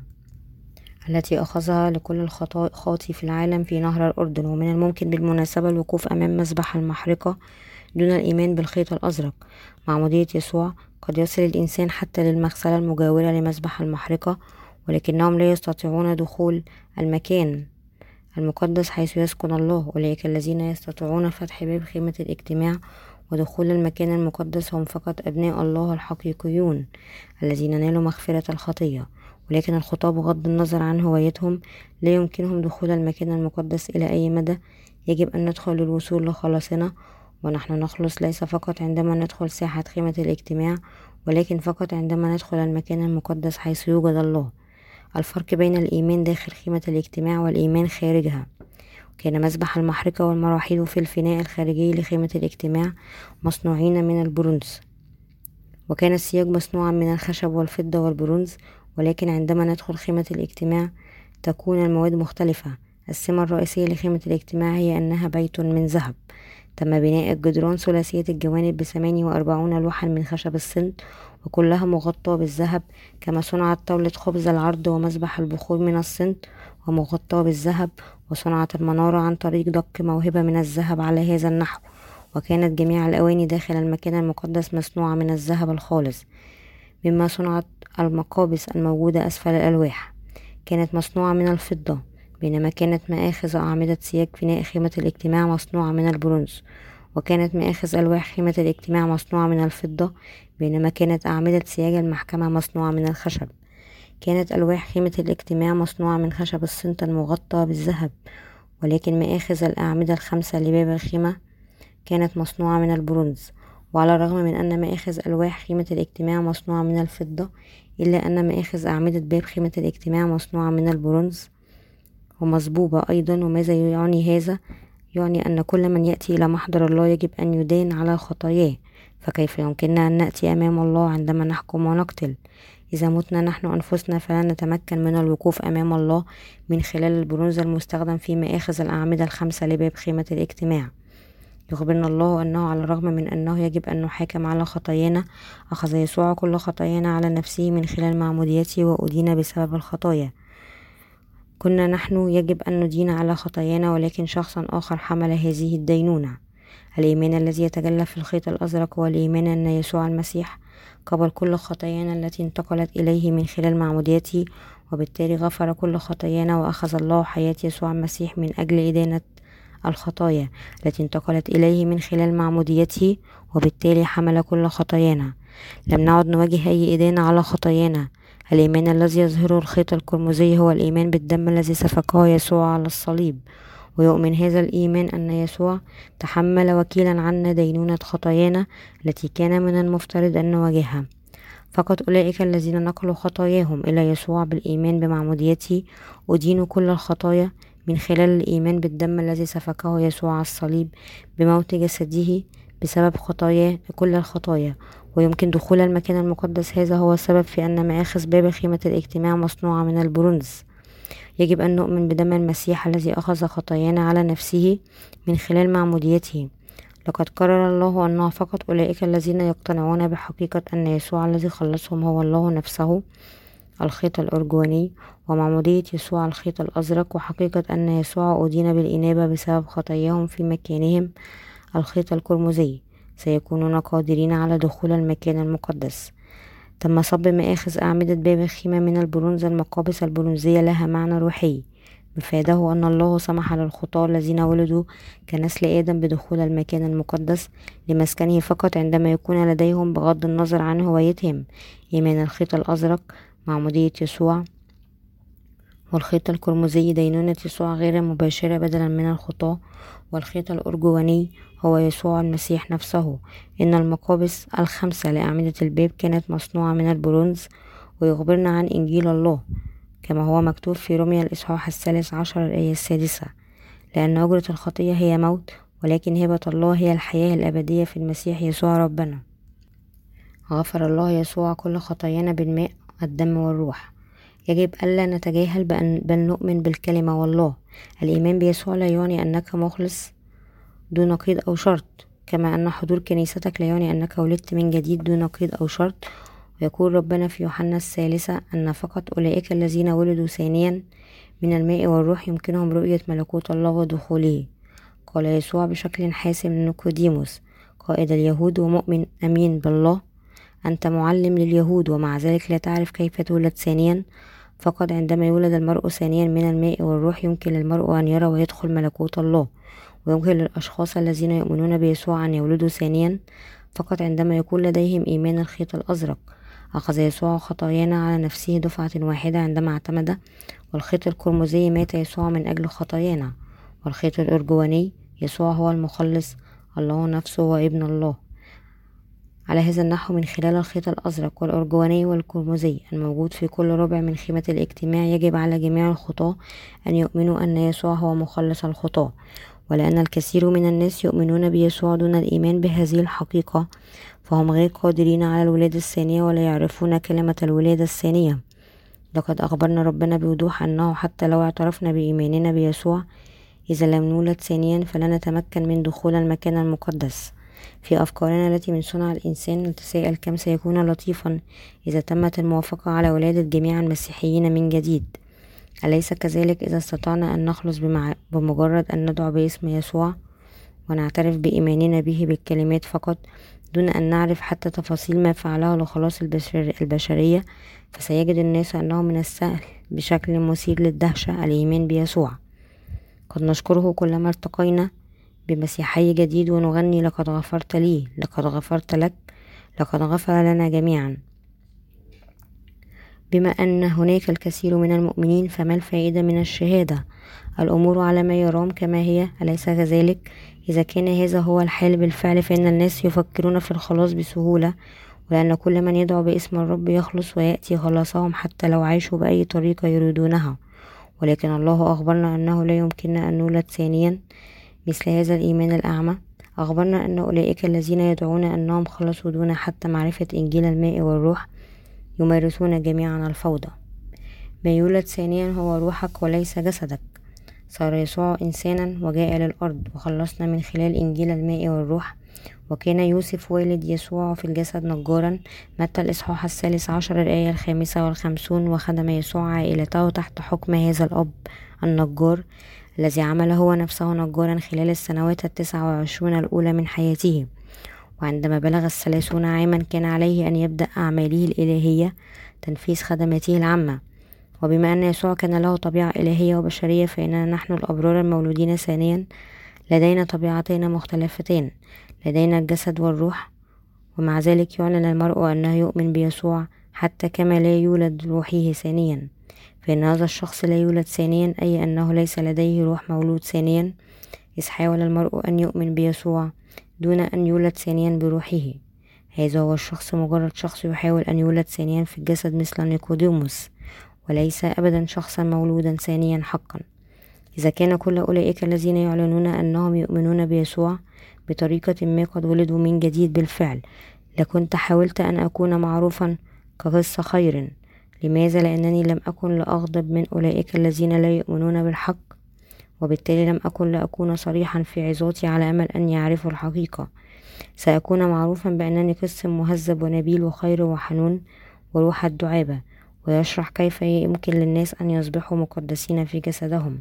التي أخذها لكل الخاطئ في العالم في نهر الأردن. ومن الممكن بالمناسبة الوقوف أمام مذبح المحرقة دون الإيمان بالخيط الأزرق. معمودية يسوع قد يصل الإنسان حتى للمغسلة المجاورة لمذبح المحرقة، ولكنهم لا يستطيعون دخول المكان المقدس حيث يسكن الله. أولئك الذين يستطيعون فتح باب خيمة الاجتماع ودخول المكان المقدس هم فقط أبناء الله الحقيقيون الذين نالوا مغفرة الخطية. ولكن الخطاة بغض النظر عن هويتهم لا يمكنهم دخول المكان المقدس إلى أي مدى. يجب أن ندخل للوصول لخلاصنا، ونحن نخلص ليس فقط عندما ندخل ساحة خيمة الاجتماع، ولكن فقط عندما ندخل المكان المقدس حيث يوجد الله. الفرق بين الإيمان داخل خيمة الاجتماع والإيمان خارجها. كان مذبح المحرقة والمراحيض في الفناء الخارجي لخيمة الاجتماع مصنوعين من البرونز، وكان السياج مصنوعا من الخشب والفضة والبرونز. ولكن عندما ندخل خيمة الاجتماع تكون المواد مختلفة. السمة الرئيسية لخيمة الاجتماع هي أنها بيت من ذهب. تم بناء الجدران ثلاثية الجوانب ب48 لوحا من خشب السند، وكلها مغطاة بالذهب. كما صنعت طاولة خبز العرض ومذبح البخور من السند ومغطاة بالذهب. وصنعت المنارة عن طريق دق موهبة من الذهب على هذا النحو. وكانت جميع الأواني داخل المكان المقدس مصنوعة من الذهب الخالص، مما صنعت المقابس الموجودة أسفل الألواح كانت مصنوعة من الفضة، بينما كانت مآخذ أعمدة سياج فناء خيمة الاجتماع مصنوعة من البرونز. وكانت مآخذ ألواح خيمة الاجتماع مصنوعة من الفضة، بينما كانت أعمدة سياج المحكمة مصنوعة من الخشب. كانت ألواح خيمة الاجتماع مصنوعة من خشب السنت المغطى بالذهب، ولكن مآخذ الأعمدة الخمسة لباب الخيمة كانت مصنوعة من البرونز. وعلى الرغم من أن مآخذ ألواح خيمة الاجتماع مصنوعة من الفضة، إلا أن مآخذ أعمدة باب خيمة الاجتماع مصنوعة من البرونز. ومصبوبة أيضا. وماذا يعني هذا؟ يعني أن كل من يأتي إلى محضر الله يجب أن يدان على خطاياه، فكيف يمكننا أن نأتي أمام الله عندما نحكم ونقتل؟ إذا متنا نحن أنفسنا فلا نتمكن من الوقوف أمام الله من خلال البرونز المستخدم في مآخذ الأعمدة الخمسة لباب خيمة الاجتماع. يخبرنا الله أنه على الرغم من أنه يجب أن نحاكم على خطايانا، أخذ يسوع كل خطايانا على نفسه من خلال معموديته وأدين بسبب الخطايا. كنا نحن يجب أن ندين على خطايانا، ولكن شخصا آخر حمل هذه الدينونة. الإيمان الذي يتجلى في الخيط الأزرق هو الإيمان أن يسوع المسيح قبل كل خطايانا التي انتقلت إليه من خلال معموديته، وبالتالي غفر كل خطايانا، وأخذ الله حياة يسوع المسيح من أجل إدانة الخطايا التي انتقلت إليه من خلال معموديته، وبالتالي حمل كل خطايانا. لم نعد نواجه أي إدانة على خطايانا. الإيمان الذي يظهره الخيط القرمزي هو الإيمان بالدم الذي سفكه يسوع على الصليب، ويؤمن هذا الإيمان أن يسوع تحمل وكيلا عنا دينونة خطايانا التي كان من المفترض أن نواجهها. فقط أولئك الذين نقلوا خطاياهم إلى يسوع بالإيمان بمعموديته أدينوا كل الخطايا من خلال الإيمان بالدم الذي سفكه يسوع على الصليب بموت جسده بسبب خطاياه كل الخطايا. ويمكن دخول المكان المقدس. هذا هو السبب في أن مآخذ باب خيمة الاجتماع مصنوعة من البرونز. يجب أن نؤمن بدم المسيح الذي أخذ خطايانا على نفسه من خلال معموديته. لقد قرر الله أنه فقط أولئك الذين يقتنعون بحقيقة أن يسوع الذي خلصهم هو الله نفسه، الخيط الأرجواني، ومعمودية يسوع الخيط الأزرق، وحقيقة أن يسوع أدين بالإنابة بسبب خطاياهم في مكانهم الخيط القرمزي، سيكونون قادرين على دخول المكان المقدس. تم صب مآخذ أعمدة باب الخيمة من البرونز. المقابس البرونزية لها معنى روحي مفاده أن الله سمح للخطاة الذين ولدوا كنسل آدم بدخول المكان المقدس لمسكنه فقط عندما يكون لديهم بغض النظر عن هويتهم إيمان الخيط الأزرق معمودية يسوع، والخيط القرمزي دينونة يسوع غير مباشرة بدلا من الخطاة، والخيط الأرجواني هو يسوع المسيح نفسه. إن المقابس الخمسة لأعمدة الباب كانت مصنوعة من البرونز. ويخبرنا عن إنجيل الله كما هو مكتوب في روميا الإصحاح 13 الآية 6: لأن أجرة الخطية هي موت، ولكن هبة الله هي الحياة الأبدية في المسيح يسوع ربنا. غفر الله يسوع كل خطايانا بالماء الدم والروح. يجب ألا نتجاهل بل نؤمن بالكلمة والله. الإيمان بيسوع لا يعني أنك مخلص دون قيد أو شرط، كما أن حضور كنيستك لا يعني أنك ولدت من جديد دون قيد أو شرط. ويقول ربنا في يوحنا 3 أن فقط أولئك الذين ولدوا ثانيا من الماء والروح يمكنهم رؤية ملكوت الله ودخوله. قال يسوع بشكل حاسم لنيقوديموس قائد اليهود ومؤمن أمين بالله: أنت معلم لليهود ومع ذلك لا تعرف كيف تولد ثانيا. فقط عندما يولد المرء ثانيا من الماء والروح يمكن للمرء أن يرى ويدخل ملكوت الله. ويمكن للأشخاص الذين يؤمنون بيسوع أن يولدوا ثانيا فقط عندما يكون لديهم إيمان الخيط الأزرق. أخذ يسوع خطايانا على نفسه دفعة واحدة عندما اعتمد. والخيط القرمزي مات يسوع من أجل خطايانا. والخيط الأرجواني يسوع هو المخلص، الله نفسه وابن الله. على هذا النحو من خلال الخيط الأزرق والأرجواني والقرمزي الموجود في كل ربع من خيمة الاجتماع يجب على جميع الخطاة أن يؤمنوا أن يسوع هو مخلص الخطاة. ولأن الكثير من الناس يؤمنون بيسوع دون الإيمان بهذه الحقيقة فهم غير قادرين على الولادة الثانية ولا يعرفون كلمة الولادة الثانية. لقد أخبرنا ربنا بوضوح أنه حتى لو اعترفنا بإيماننا بيسوع إذا لم نولد ثانيا فلن نتمكن من دخول المكان المقدس. في أفكارنا التي من صنع الإنسان نتساءل كم سيكون لطيفا إذا تمت الموافقة على ولادة جميع المسيحيين من جديد. أليس كذلك إذا استطعنا أن نخلص بمجرد أن ندعو باسم يسوع ونعترف بإيماننا به بالكلمات فقط دون أن نعرف حتى تفاصيل ما فعله لخلاص البشرية، فسيجد الناس أنه من السهل بشكل مثير للدهشة الإيمان بيسوع. قد نشكره كلما ارتقينا بمسيحي جديد ونغني: لقد غفرت لي، لقد غفرت لك، لقد غفر لنا جميعا. بما أن هناك الكثير من المؤمنين فما الفائدة من الشهادة؟ الأمور على ما يرام كما هي، أليس كذلك؟ إذا كان هذا هو الحال بالفعل فإن الناس يفكرون في الخلاص بسهولة، ولأن كل من يدعو باسم الرب يخلص ويأتي خلاصهم حتى لو عاشوا بأي طريقة يريدونها. ولكن الله أخبرنا أنه لا يمكننا أن نولد ثانيا مثل هذا الإيمان الأعمى. أخبرنا أن أولئك الذين يدعون أنهم خلصوا دون حتى معرفة إنجيل الماء والروح يمارسون جميعا الفوضى. ما يولد ثانيا هو روحك وليس جسدك. صار يسوع إنسانا وجاء للأرض وخلصنا من خلال إنجيل الماء والروح. وكان يوسف والد يسوع في الجسد نجارا، متى الإصحاح 13 الآية 55. وخدم يسوع عائلته تحت حكم هذا الأب النجار الذي عمل هو نفسه نجارا خلال السنوات 29 الأولى من حياته. وعندما بلغ 30 عاما كان عليه أن يبدأ أعماله الإلهية، تنفيذ خدماته العامة. وبما أن يسوع كان له طبيعة إلهية وبشرية، فإننا نحن الأبرار المولودين ثانيا لدينا طبيعتين مختلفتين، لدينا الجسد والروح. ومع ذلك يعلن المرء أنه يؤمن بيسوع حتى كما لا يولد روحه ثانيا، فإن هذا الشخص لا يولد ثانيا، أي أنه ليس لديه روح مولود ثانيا، إذ حاول المرء أن يؤمن بيسوع دون أن يولد ثانيا بروحه. هذا هو الشخص مجرد شخص يحاول أن يولد ثانيا في الجسد مثل نيقوديموس، وليس أبدا شخصا مولودا ثانيا حقا. إذا كان كل أولئك الذين يعلنون أنهم يؤمنون بيسوع بطريقة ما قد ولدوا من جديد بالفعل، لكنت حاولت أن أكون معروفا كقصة خير. لماذا؟ لأنني لم أكن لأغضب من أولئك الذين لا يؤمنون بالحق، وبالتالي لم أكن لأكون صريحا في عظاتي على أمل أن يعرفوا الحقيقة. سأكون معروفا بأنني قس مهذب ونبيل وخير وحنون وروح الدعابة، ويشرح كيف يمكن للناس أن يصبحوا مقدسين في جسدهم.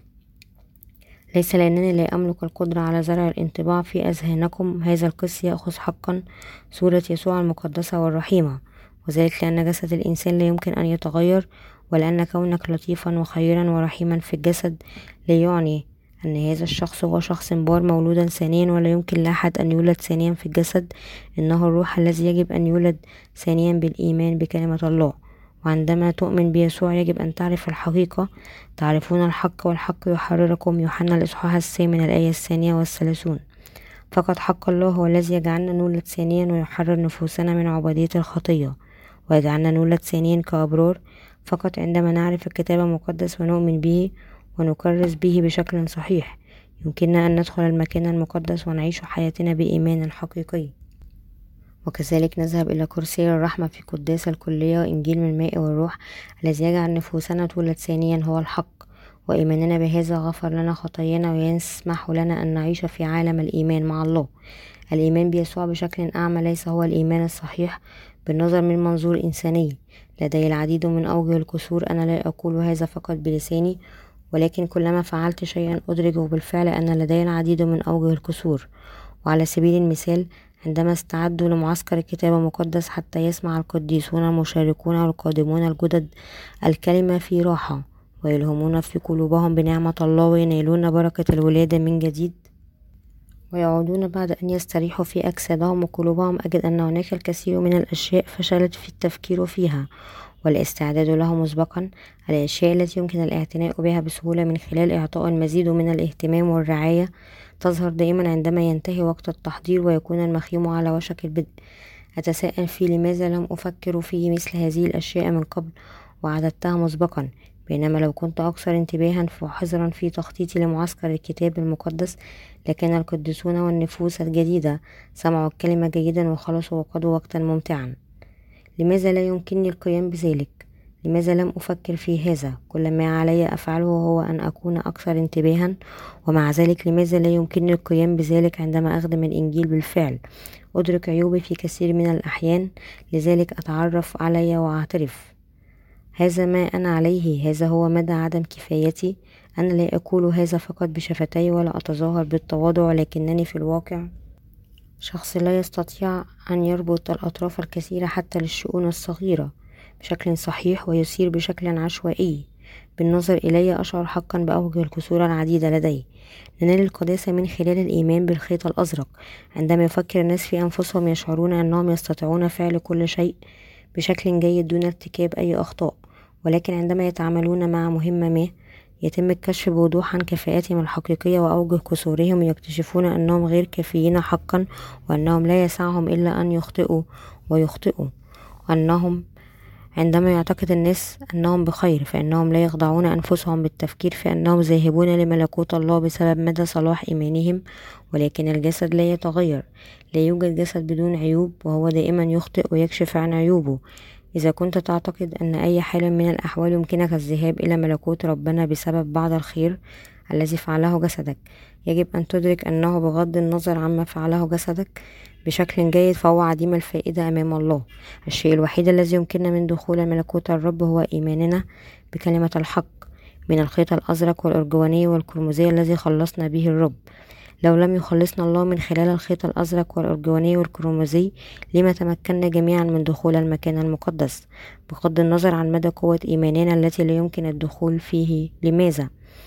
ليس لأنني لا أملك القدرة على زرع الانطباع في أذهانكم. هذا القس يأخذ حقا صورة يسوع المقدسة والرحيمة، وذلك لأن جسد الإنسان لا يمكن أن يتغير، ولأن كونك لطيفا وخيرا ورحيما في الجسد لا يعني أن هذا الشخص هو شخص بار مولودا ثانيا، ولا يمكن لأحد أن يولد ثانيا في الجسد. إنه الروح الذي يجب أن يولد ثانيا بالإيمان بكلمة الله. وعندما تؤمن بيسوع يجب أن تعرف الحقيقة. تعرفون الحق والحق يحرركم. يوحنا الإصحاح 8 الآية 32. فقط حق الله هو الذي يجعلنا نولد ثانيا ويحرر نفوسنا من عبودية الخطية ويجعلنا نولد ثانيا كأبرار. فقط عندما نعرف الكتاب المقدس ونؤمن به ونكرس به بشكل صحيح يمكننا أن ندخل المكان المقدس ونعيش حياتنا بإيمان حقيقي. وكذلك نذهب إلى كرسي الرحمة في قداس الكلية وإنجيل من الماء والروح الذي يجعل نفوسنا تولد ثانيا هو الحق. وإيماننا بهذا غفر لنا خطايانا ويسمح لنا أن نعيش في عالم الإيمان مع الله. الإيمان بيسوع بشكل أعمى ليس هو الإيمان الصحيح بالنظر من منظور إنساني. لدي العديد من أوجه الكسور. أنا لا أقول هذا فقط بلساني، ولكن كلما فعلت شيئا أدرك بالفعل أن لدي العديد من أوجه الكسور. وعلى سبيل المثال، عندما استعدوا لمعسكر الكتاب المقدس حتى يسمع القديسون المشاركون والقادمون الجدد الكلمة في راحة، ويلهمون في قلوبهم بنعمة الله وينالون بركة الولادة من جديد، ويعودون بعد أن يستريحوا في أجسادهم وقلوبهم، أجد أن هناك الكثير من الأشياء فشلت في التفكير فيها والاستعداد لها مسبقا. الأشياء التي يمكن الاعتناء بها بسهولة من خلال إعطاء المزيد من الاهتمام والرعاية تظهر دائما عندما ينتهي وقت التحضير ويكون المخيم على وشك البدء. أتساءل في لماذا لم أفكر في مثل هذه الأشياء من قبل وعددتها مسبقا، بينما لو كنت أكثر انتباها وحذرا في تخطيطي لمعسكر الكتاب المقدس لكان القديسون والنفوس الجديدة سمعوا الكلمة جيدا وخلصوا وقضوا وقتا ممتعا. لماذا لا يمكنني القيام بذلك؟ لماذا لم أفكر في هذا؟ كل ما علي أفعله هو أن أكون أكثر انتباها، ومع ذلك لماذا لا يمكنني القيام بذلك عندما أخدم الإنجيل بالفعل؟ أدرك عيوبي في كثير من الأحيان، لذلك أتعرف علي وأعترف. هذا ما أنا عليه، هذا هو مدى عدم كفايتي. أنا لا أقول هذا فقط بشفتي ولا أتظاهر بالتواضع، ولكنني في الواقع شخص لا يستطيع أن يربط الأطراف الكثيرة حتى للشؤون الصغيرة بشكل صحيح ويسير بشكل عشوائي. بالنظر إلي أشعر حقا بأوجه الكسور العديدة لدي. ننال القداسة من خلال الإيمان بالخيط الأزرق. عندما يفكر الناس في أنفسهم يشعرون أنهم يستطيعون فعل كل شيء بشكل جيد دون ارتكاب أي أخطاء، ولكن عندما يتعاملون مع مهمة ما يتم الكشف بوضوح عن كفاءاتهم الحقيقية وأوجه كسورهم، يكتشفون أنهم غير كافيين حقا، وأنهم لا يسعهم إلا أن يخطئوا ويخطئوا، وأنهم عندما يعتقد الناس أنهم بخير فإنهم لا يخضعون أنفسهم بالتفكير في أنهم ذاهبون لملكوت الله بسبب مدى صلاح إيمانهم، ولكن الجسد لا يتغير. لا يوجد جسد بدون عيوب، وهو دائما يخطئ ويكشف عن عيوبه. إذا كنت تعتقد أن أي حال من الأحوال يمكنك الذهاب إلى ملكوت ربنا بسبب بعض الخير الذي فعله جسدك، يجب أن تدرك أنه بغض النظر عما فعله جسدك بشكل جيد فهو عديم الفائدة أمام الله. الشيء الوحيد الذي يمكننا من دخول ملكوت الرب هو إيماننا بكلمة الحق من الخيط الأزرق والأرجواني والقرمزي الذي خلصنا به الرب. لو لم يخلصنا الله من خلال الخيط الأزرق والأرجواني والقرمزي لما تمكنا جميعا من دخول المكان المقدس بغض النظر عن مدى قوة إيماننا التي لا يمكن الدخول فيه. لماذا؟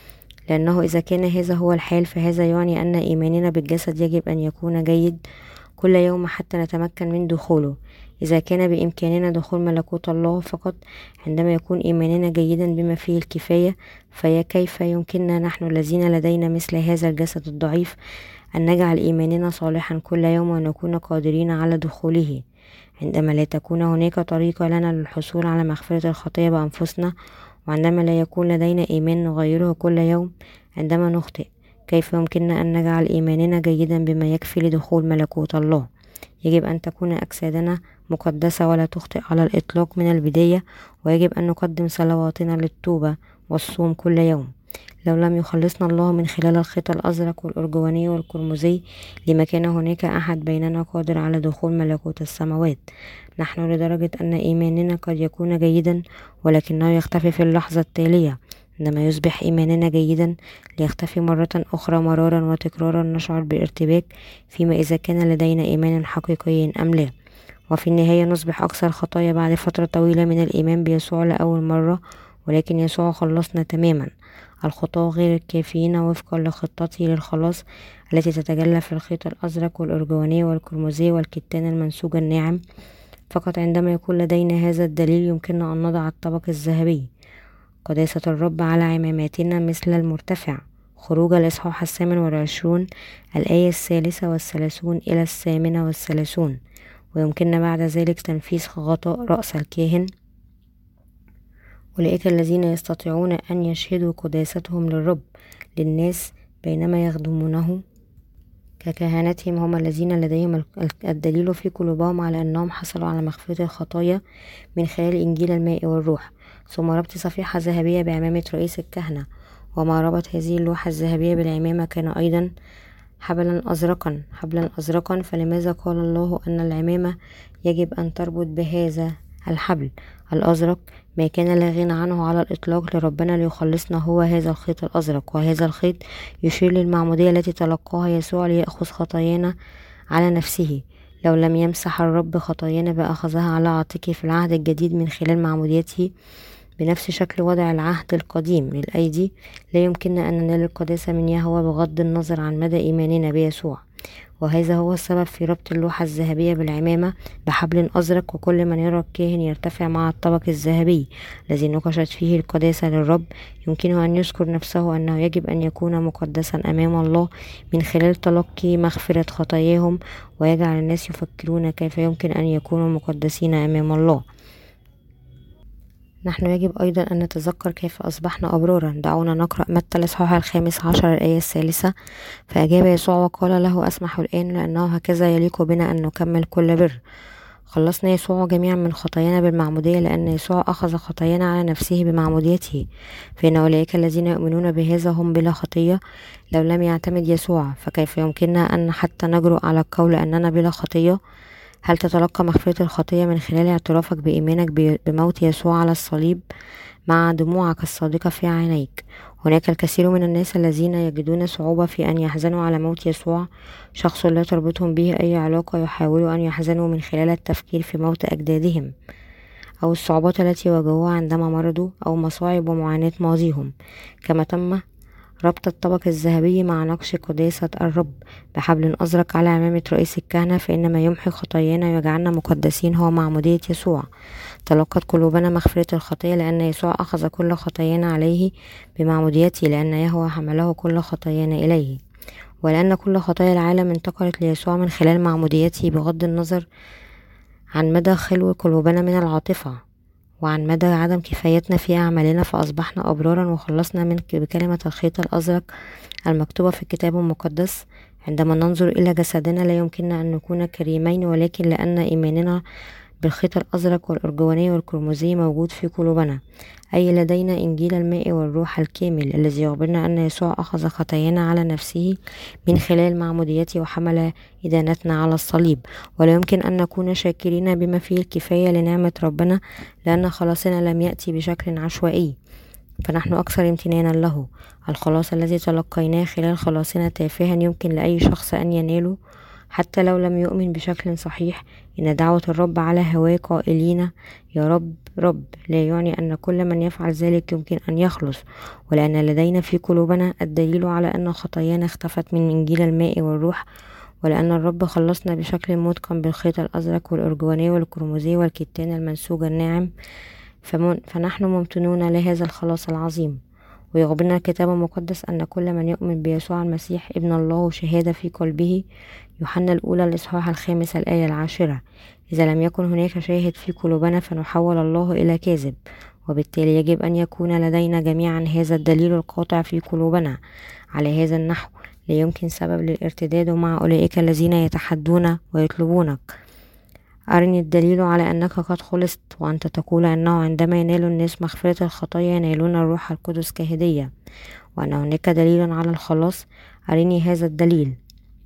لأنه إذا كان هذا هو الحال فهذا يعني أن إيماننا بالجسد يجب أن يكون جيد كل يوم حتى نتمكن من دخوله. إذا كان بإمكاننا دخول ملكوت الله فقط عندما يكون إيماننا جيدا بما فيه الكفاية، كيف يمكننا نحن الذين لدينا مثل هذا الجسد الضعيف أن نجعل إيماننا صالحا كل يوم ونكون قادرين على دخوله، عندما لا تكون هناك طريقة لنا للحصول على مغفرة الخطية بأنفسنا، وعندما لا يكون لدينا إيمان نغيره كل يوم عندما نخطئ؟ كيف يمكننا أن نجعل إيماننا جيدا بما يكفي لدخول ملكوت الله؟ يجب أن تكون أجسادنا مقدسة ولا تخطئ على الإطلاق من البداية، ويجب أن نقدم صلواتنا للتوبة والصوم كل يوم. لو لم يخلصنا الله من خلال الخيط الأزرق والأرجواني والقرمزي لما كان هناك أحد بيننا قادر على دخول ملكوت السماوات. نحن لدرجة أن إيماننا قد يكون جيدا ولكنه يختفي في اللحظة التالية. عندما يصبح إيماننا جيدا ليختفي مرة أخرى مرارا وتكرارا نشعر بارتباك فيما إذا كان لدينا إيمان حقيقي أم لا، وفي النهاية نصبح أكثر خطايا بعد فترة طويلة من الإيمان بيسوع لأول مرة، ولكن يسوع خلصنا تماما. الخطاة غير الكافيين وفقا لخطته للخلاص التي تتجلى في الخيط الأزرق والأرجواني والقرمزي والكتان المنسوج الناعم. فقط عندما يكون لدينا هذا الدليل يمكننا أن نضع الطبق الذهبي قداسة الرب على عماماتنا مثل المرتفع. خروج الإصحاح 28 الآية 33 إلى 38. ويمكننا بعد ذلك تنفيذ غطاء رأس الكاهن. أولئك الذين يستطيعون أن يشهدوا قداستهم للرب للناس بينما يخدمونه ككهنتهم هم الذين لديهم الدليل في قلوبهم على أنهم حصلوا على مغفرة الخطايا من خلال إنجيل الماء والروح. ثم ربط صفيحة ذهبية بعمامة رئيس الكهنة، وما ربط هذه اللوحة الذهبية بالعمامة كان أيضا حبلا أزرقا. فلماذا قال الله أن العمامة يجب أن تربط بهذا الحبل الأزرق؟ ما كان لا غنى عنه على الإطلاق لربنا ليخلصنا هو هذا الخيط الأزرق، وهذا الخيط يشير للمعمودية التي تلقاها يسوع ليأخذ خطايانا على نفسه. لو لم يمسح الرب خطايانا بأخذها على عاتقه في العهد الجديد من خلال معموديته بنفس شكل وضع العهد القديم للأيدي، لا يمكننا أن ننال القداسة من يهوه بغض النظر عن مدى إيماننا بيسوع. وهذا هو السبب في ربط اللوحة الذهبية بالعمامة بحبل أزرق، وكل من يرى الكاهن يرتفع مع الطبق الذهبي الذي نقشت فيه القداسة للرب يمكنه أن يذكر نفسه أنه يجب أن يكون مقدسا أمام الله من خلال تلقي مغفرة خطاياهم، ويجعل الناس يفكرون كيف يمكن أن يكونوا مقدسين أمام الله. نحن يجب أيضا أن نتذكر كيف أصبحنا أبرارا. دعونا نقرأ متى الإصحاح 15 الآية 3. فأجاب يسوع وقال له: أسمح الآن لأنه هكذا يليق بنا أن نكمل كل بر. خلصنا يسوع جميعا من خطايانا بالمعمودية، لأن يسوع أخذ خطايانا على نفسه بمعموديته. فإن أولئك الذين يؤمنون بهذا هم بلا خطية. لو لم يعتمد يسوع فكيف يمكننا أن حتى نجرؤ على القول أننا بلا خطية؟ هل تتلقى مغفرة الخطية من خلال اعترافك بإيمانك بموت يسوع على الصليب مع دموعك الصادقة في عينيك؟ هناك الكثير من الناس الذين يجدون صعوبة في أن يحزنوا على موت يسوع، شخص لا تربطهم به أي علاقة. يحاولوا أن يحزنوا من خلال التفكير في موت أجدادهم أو الصعوبات التي واجهوها عندما مرضوا أو مصاعب ومعاناة ماضيهم. كما تم ربط الطبق الذهبي مع نقش قداسة الرب بحبل أزرق على عمامة رئيس الكهنة، فإن ما يمحي خطايانا ويجعلنا مقدسين هو معمودية يسوع. تلقت قلوبنا مغفرة الخطية لأن يسوع أخذ كل خطايانا عليه بمعموديته، لأن يهوه حمله كل خطايانا إليه، ولأن كل خطايا العالم انتقلت ليسوع من خلال معموديته بغض النظر عن مدى خلو قلوبنا من العاطفة. وعن مدى عدم كفايتنا في أعمالنا، فأصبحنا أبرارا وخلصنا من بكلمة الخيط الأزرق المكتوبة في الكتاب المقدس. عندما ننظر إلى جسدنا لا يمكننا أن نكون كريمين، ولكن لأن إيماننا بالخيط الأزرق والأرجواني والقرمزي موجود في قلوبنا، أي لدينا إنجيل الماء والروح الكامل الذي يخبرنا أن يسوع أخذ خطايانا على نفسه من خلال معموديته وحمل إدانتنا على الصليب. ولا يمكن أن نكون شاكرين بما فيه الكفاية لنعمة ربنا، لأن خلاصنا لم يأتي بشكل عشوائي، فنحن أكثر امتنانا له. الخلاص الذي تلقيناه خلال خلاصنا تافها يمكن لأي شخص أن يناله حتى لو لم يؤمن بشكل صحيح. إن دعوة الرب على هواه قائلين يا رب رب لا يعني أن كل من يفعل ذلك يمكن أن يخلص، ولأن لدينا في قلوبنا الدليل على أن خطايانا اختفت من إنجيل الماء والروح، ولأن الرب خلصنا بشكل متقن بالخيط الأزرق والأرجواني والقرمزي والكتان المنسوج الناعم. فنحن ممتنون لهذا الخلاص العظيم. ويخبرنا الكتاب المقدس أن كل من يؤمن بيسوع المسيح ابن الله شهادة في قلبه. يوحنا الأولى الإصحاح 5 الآية 10. إذا لم يكن هناك شاهد في قلوبنا فنحول الله إلى كاذب، وبالتالي يجب أن يكون لدينا جميعا هذا الدليل القاطع في قلوبنا. على هذا النحو لا يمكن سبب للارتداد مع أولئك الذين يتحدون ويطلبونك أرني الدليل على أنك قد خلصت، وأنت تقول أنه عندما ينال الناس مغفرة الخطايا ينالون الروح القدس كهدية، وأن هناك دليل على الخلاص. أرني هذا الدليل.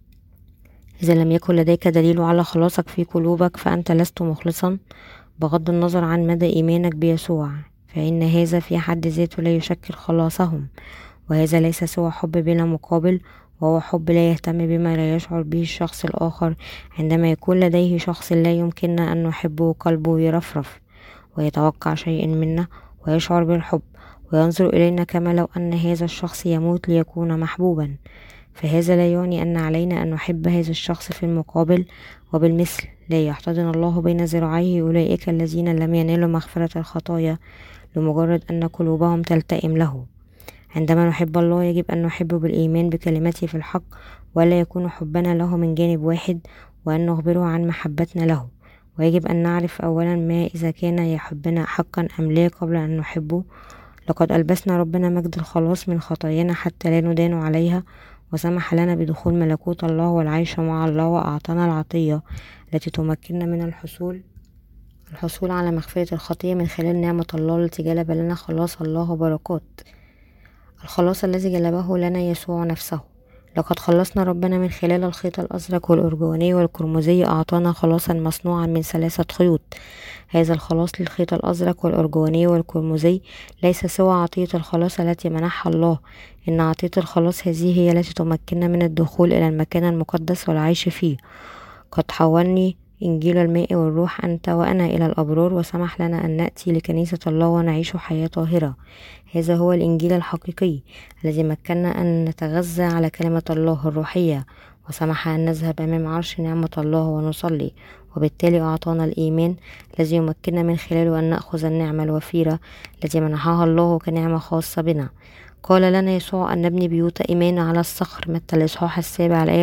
إذا لم يكن لديك دليل على خلاصك في قلوبك فأنت لست مخلصا، بغض النظر عن مدى إيمانك بيسوع، فإن هذا في حد ذاته لا يشكل خلاصهم. وهذا ليس سوى حب بلا مقابل، وهو حب لا يهتم بما لا يشعر به الشخص الآخر. عندما يكون لديه شخص لا يمكننا أن نحبه قلبه يرفرف ويتوقع شيء منا ويشعر بالحب وينظر إلينا كما لو أن هذا الشخص يموت ليكون محبوبا، فهذا لا يعني أن علينا أن نحب هذا الشخص في المقابل. وبالمثل لا يحتضن الله بين ذراعيه أولئك الذين لم ينالوا مغفرة الخطايا لمجرد أن قلوبهم تلتئم له. عندما نحب الله يجب أن نحبه بالإيمان بكلمته في الحق، ولا يكون حبنا له من جانب واحد، وأن نخبره عن محبتنا له. ويجب أن نعرف أولا ما إذا كان يحبنا حقا أم لا قبل أن نحبه. لقد ألبسنا ربنا مجد الخلاص من خطايانا حتى لا ندان عليها، وسمح لنا بدخول ملكوت الله والعيش مع الله، وأعطانا العطية التي تمكننا من الحصول على مغفرة الخطية من خلال نعمة الله التي جلب لنا خلاص الله وبركات. الخلاص الذي جلبه لنا يسوع نفسه. لقد خلصنا ربنا من خلال الخيط الأزرق والأرجواني والقرمزي، أعطانا خلاصا مصنوعا من 3 خيوط. هذا الخلاص للخيط الأزرق والأرجواني والقرمزي ليس سوى عطية الخلاص التي منحها الله. إن عطية الخلاص هذه هي التي تمكننا من الدخول إلى المكان المقدس والعيش فيه. قد حولني إنجيل الماء والروح أنت وأنا إلى الأبرار، وسمح لنا أن نأتي لكنيسة الله ونعيش حياة طاهرة. هذا هو الإنجيل الحقيقي الذي مكننا أن نتغذى على كلمة الله الروحية، وسمح أن نذهب أمام عرش نعمة الله ونصلي، وبالتالي أعطانا الإيمان الذي يمكننا من خلاله أن نأخذ النعمة الوفيرة التي منحها الله كنعمة خاصة بنا. قال لنا يسوع أن نبني بيوت إيمان على الصخر، متى الإصحاح 7 الآية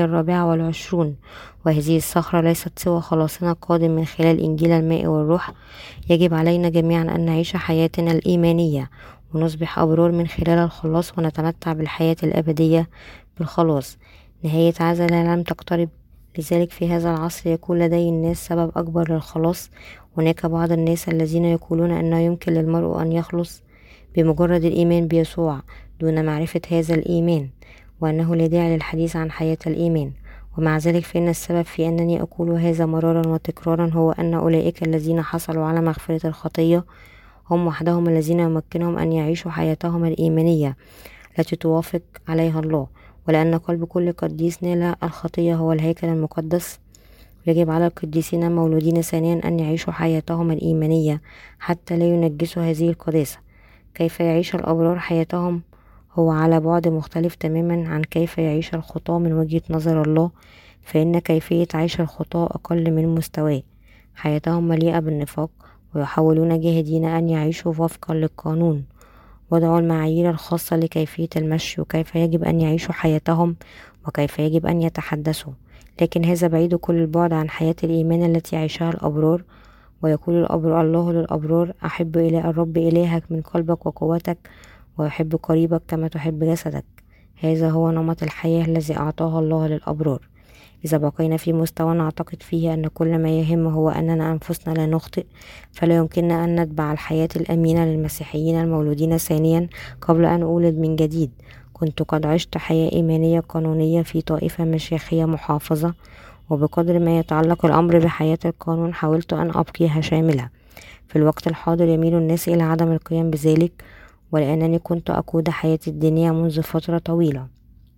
24. وهذه الصخرة ليست سوى خلاصنا القادم من خلال إنجيل الماء والروح. يجب علينا جميعا أن نعيش حياتنا الإيمانية ونصبح أبرار من خلال الخلاص، ونتمتع بالحياة الأبدية بالخلاص. نهاية هذا لم تقترب، لذلك في هذا العصر يكون لدي الناس سبب أكبر للخلاص. هناك بعض الناس الذين يقولون أنه يمكن للمرء أن يخلص بمجرد الإيمان بيسوع دون معرفة هذا الإيمان، وأنه لا داعي للحديث عن حياة الإيمان. ومع ذلك فإن السبب في أنني أقول هذا مرارا وتكرارا هو أن أولئك الذين حصلوا على مغفرة الخطية هم وحدهم الذين يمكنهم أن يعيشوا حياتهم الإيمانية التي توافق عليها الله. ولأن قلب كل قديس نال الخطية هو الهيكل المقدس، يجب على القديسين المولودين ثانيا أن يعيشوا حياتهم الإيمانية حتى لا ينجسوا هذه القداسة. كيف يعيش الأبرار حياتهم هو على بعد مختلف تماما عن كيف يعيش الخطاة من وجهة نظر الله، فإن كيفية عيش الخطاة أقل من مستواه. حياتهم مليئة بالنفاق، ويحاولون جاهدين أن يعيشوا وفقا للقانون، وضعوا المعايير الخاصة لكيفية المشي وكيف يجب أن يعيشوا حياتهم وكيف يجب أن يتحدثوا. لكن هذا بعيد كل البعد عن حياة الإيمان التي يعيشها الأبرار. ويقول الله للأبرار: أحب إلى الرب إلهك من قلبك وقوتك، ويحب قريبك كما تحب جسدك. هذا هو نمط الحياة الذي أعطاه الله للأبرار. إذا بقينا في مستوى نعتقد فيه أن كل ما يهم هو أننا أنفسنا لا نخطئ، فلا يمكننا أن نتبع الحياة الأمينة للمسيحيين المولودين ثانيا قبل أن أولد من جديد. كنت قد عشت حياة إيمانية قانونية في طائفة مشيخية محافظة، وبقدر ما يتعلق الأمر بحياة القانون حاولت أن أبقيها شاملة. في الوقت الحاضر يميل الناس إلى عدم القيام بذلك، ولأنني كنت أقود حياتي الدينية منذ فترة طويلة،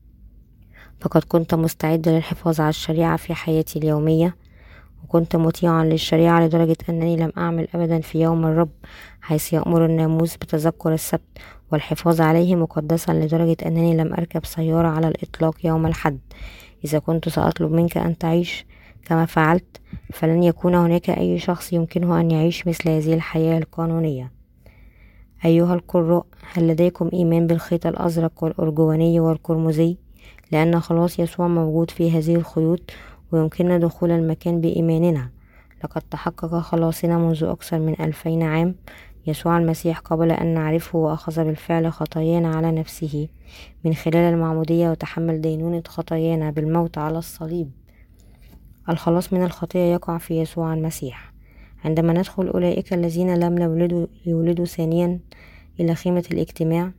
فقد كنت مستعدة للحفاظ على الشريعة في حياتي اليومية، وكنت مطيعا للشريعة لدرجة أنني لم أعمل أبدا في يوم الرب حيث يأمر الناموس بتذكر السبت والحفاظ عليه مقدسا، لدرجة أنني لم أركب سيارة على الإطلاق يوم الحد. إذا كنت سأطلب منك أن تعيش كما فعلت، فلن يكون هناك أي شخص يمكنه أن يعيش مثل هذه الحياة القانونية. أيها القراء، هل لديكم إيمان بالخيط الأزرق والأرجواني والقرمزي؟ لأن خلاص يسوع موجود في هذه الخيوط، ويمكننا دخول المكان بإيماننا. لقد تحقق خلاصنا منذ أكثر من 2000 عام. يسوع المسيح قبل أن نعرفه وأخذ بالفعل خطايانا على نفسه من خلال المعمودية، وتحمل دينونة خطايانا بالموت على الصليب. الخلاص من الخطية يقع في يسوع المسيح. عندما ندخل أولئك الذين لم يولدوا ثانيا إلى خيمة الاجتماع،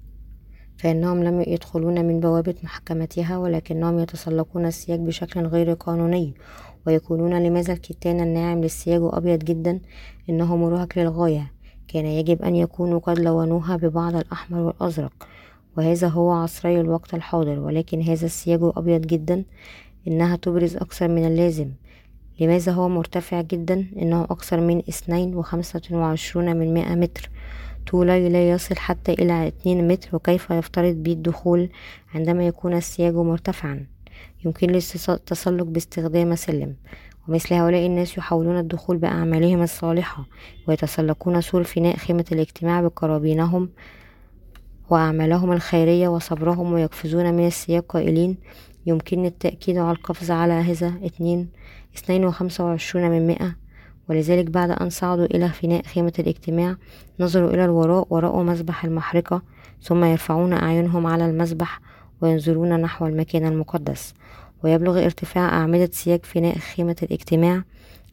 فإنهم لم يدخلون من بوابة محكمتها، ولكنهم يتسلقون السياج بشكل غير قانوني، ويقولون: لماذا الكتان الناعم للسياج أبيض جدا؟ إنه مرهق للغاية. كان يجب أن يكونوا قد لونوها ببعض الأحمر والأزرق، وهذا هو عصري الوقت الحاضر، ولكن هذا السياج أبيض جدا. إنها تبرز أكثر من اللازم. لماذا هو مرتفع جدا؟ إنه أكثر من 2.25 متر. طوله لا يصل حتى إلى 2 متر، وكيف يفترض بي الدخول عندما يكون السياج مرتفعا؟ يمكن للتسلق باستخدام سلم. ومثل هؤلاء الناس يحاولون الدخول بأعمالهم الصالحة، ويتسلقون سور فناء خيمة الاجتماع بقرابينهم وأعمالهم الخيرية وصبرهم، ويقفزون من السياج قائلين: يمكن التأكيد على القفز على هذا 2.25. ولذلك بعد أن صعدوا إلى فناء خيمة الاجتماع، نظروا إلى الوراء ورأوا مذبح المحرقة، ثم يرفعون أعينهم على المذبح وينظرون نحو المكان المقدس. ويبلغ ارتفاع أعمدة سياج فناء خيمة الاجتماع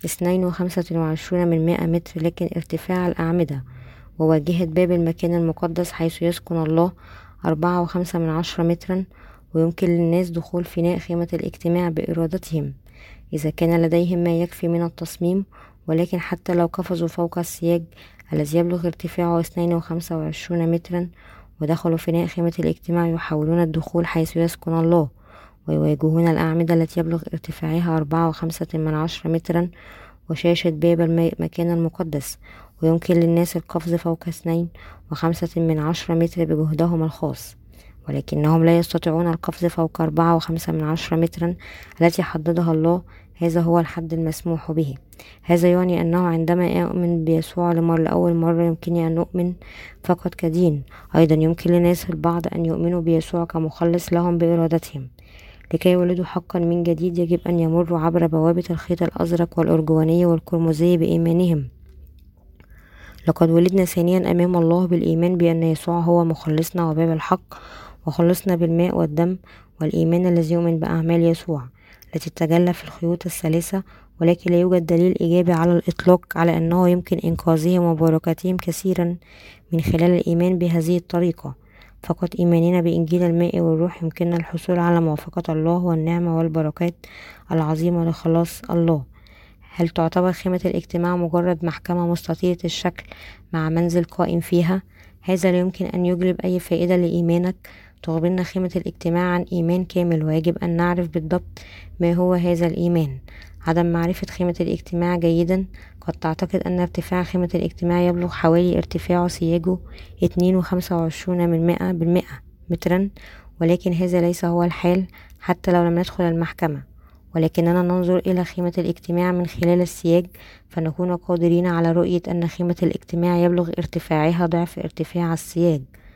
2.25 متر، لكن ارتفاع الأعمدة وواجهة باب المكان المقدس حيث يسكن الله 4.5 مترا. ويمكن للناس دخول فناء خيمة الاجتماع بإرادتهم إذا كان لديهم ما يكفي من التصميم، ولكن حتى لو قفزوا فوق السياج الذي يبلغ ارتفاعه 2.25 مترا ودخلوا فناء خيمة الاجتماع، يحاولون الدخول حيث يسكن الله، ويواجهون الأعمدة التي يبلغ ارتفاعها 4.5 مترا وشاشة باب المكان المقدس. ويمكن للناس القفز فوق 2.5 متر بجهدهم الخاص، ولكنهم لا يستطيعون القفز فوق 4.5 مترا التي حددها الله. هذا هو الحد المسموح به. هذا يعني أنه عندما أؤمن بيسوع لأول مرة يمكنني أن أؤمن فقط كدين. أيضا يمكن لناس البعض أن يؤمنوا بيسوع كمخلص لهم بإرادتهم. لكي يولدوا حقا من جديد يجب أن يمروا عبر بوابة الخيط الأزرق والأرجواني والقرمزي بإيمانهم. لقد ولدنا ثانيا أمام الله بالإيمان بأن يسوع هو مخلصنا وباب الحق، وخلصنا بالماء والدم والإيمان الذي يؤمن بأعمال يسوع التي تتجلى في الخيوط الثلاثة. ولكن لا يوجد دليل إيجابي على الإطلاق على أنه يمكن إنقاذهم وبركاتهم كثيرا من خلال الإيمان بهذه الطريقة. فقط إيماننا بإنجيل الماء والروح يمكننا الحصول على موافقة الله والنعمة والبركات العظيمة لخلاص الله. هل تعتبر خيمة الاجتماع مجرد محكمة مستطيلة الشكل مع منزل قائم فيها؟ هذا لا يمكن أن يجلب أي فائدة لإيمانك. تخبرنا خيمة الاجتماع عن إيمان كامل، ويجب أن نعرف بالضبط ما هو هذا الإيمان. عدم معرفة خيمة الاجتماع جيدا. قد تعتقد أن ارتفاع خيمة الاجتماع يبلغ حوالي ارتفاع سياجه 2.25 مترا، ولكن هذا ليس هو الحال حتى لو لم ندخل المحكمة، ولكننا ننظر إلى خيمة الاجتماع من خلال السياج، فنكون قادرين على رؤية أن خيمة الاجتماع يبلغ ارتفاعها ضعف ارتفاع السياج.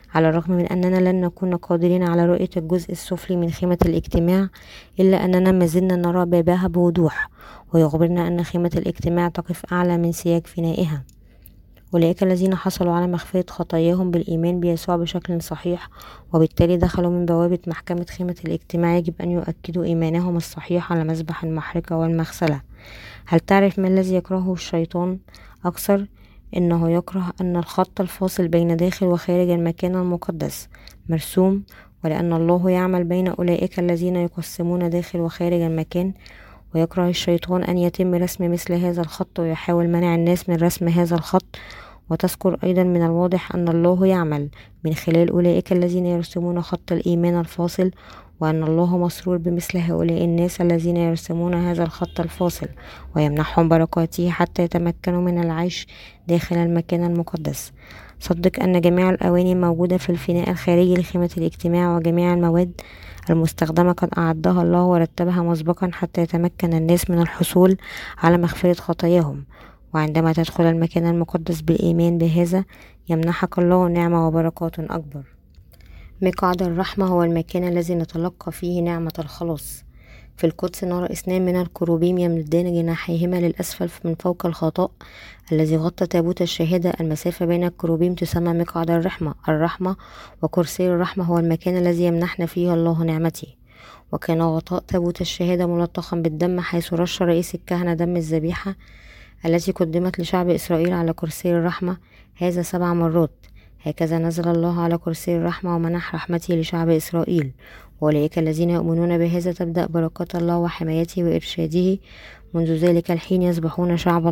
على الرغم من أننا لن نكون قادرين على رؤية الجزء السفلي من خيمة الاجتماع، إلا أننا ما زلنا نرى بابها بوضوح، ويخبرنا أن خيمة الاجتماع تقف أعلى من سياج فنائها. أولئك الذين حصلوا على مغفرة خطاياهم بالإيمان بيسوع بشكل صحيح، وبالتالي دخلوا من بوابة محكمة خيمة الاجتماع، يجب أن يؤكدوا إيمانهم الصحيح على مذبح المحرقة والمغسلة. هل تعرف ما الذي يكرهه الشيطان أكثر؟ إنه يكره أن الخط الفاصل بين داخل وخارج المكان المقدس مرسوم، ولأن الله يعمل بين أولئك الذين يقسمون داخل وخارج المكان. ويكره الشيطان أن يتم رسم مثل هذا الخط، ويحاول منع الناس من رسم هذا الخط. وتذكر أيضا من الواضح أن الله يعمل من خلال أولئك الذين يرسمون خط الإيمان الفاصل، وأن الله مسرور بمثل هؤلاء الناس الذين يرسمون هذا الخط الفاصل، ويمنحهم بركاته حتى يتمكنوا من العيش داخل المكان المقدس. صدق أن جميع الأواني الموجودة في الفناء الخارجي لخيمة الاجتماع وجميع المواد المستخدمة قد أعدها الله ورتبها مسبقا حتى يتمكن الناس من الحصول على مغفرة خطاياهم. وعندما تدخل المكان المقدس بالإيمان بهذا، يمنحك الله نعمة وبركات أكبر. مقعد الرحمة هو المكان الذي نتلقى فيه نعمة الخلاص. في القدس نرى 2 من الكروبيم يمدان جناحيهما للأسفل من فوق الغطاء الذي غطى تابوت الشهادة. المسافة بين الكروبيم تسمى مقعد الرحمة، وكرسي الرحمة هو المكان الذي يمنحنا فيه الله نعمته. وكان غطاء تابوت الشهادة ملطخا بالدم، حيث رش رئيس الكهنة دم الذبيحة التي قدمت لشعب إسرائيل على كرسي الرحمة، هذا 7 مرات. هكذا نزل الله على كرسي الرحمة ومنح رحمته لشعب إسرائيل. وأولئك الذين يؤمنون بهذا تبدأ بركات الله وحمايته وإرشاده. منذ ذلك الحين يصبحون شعب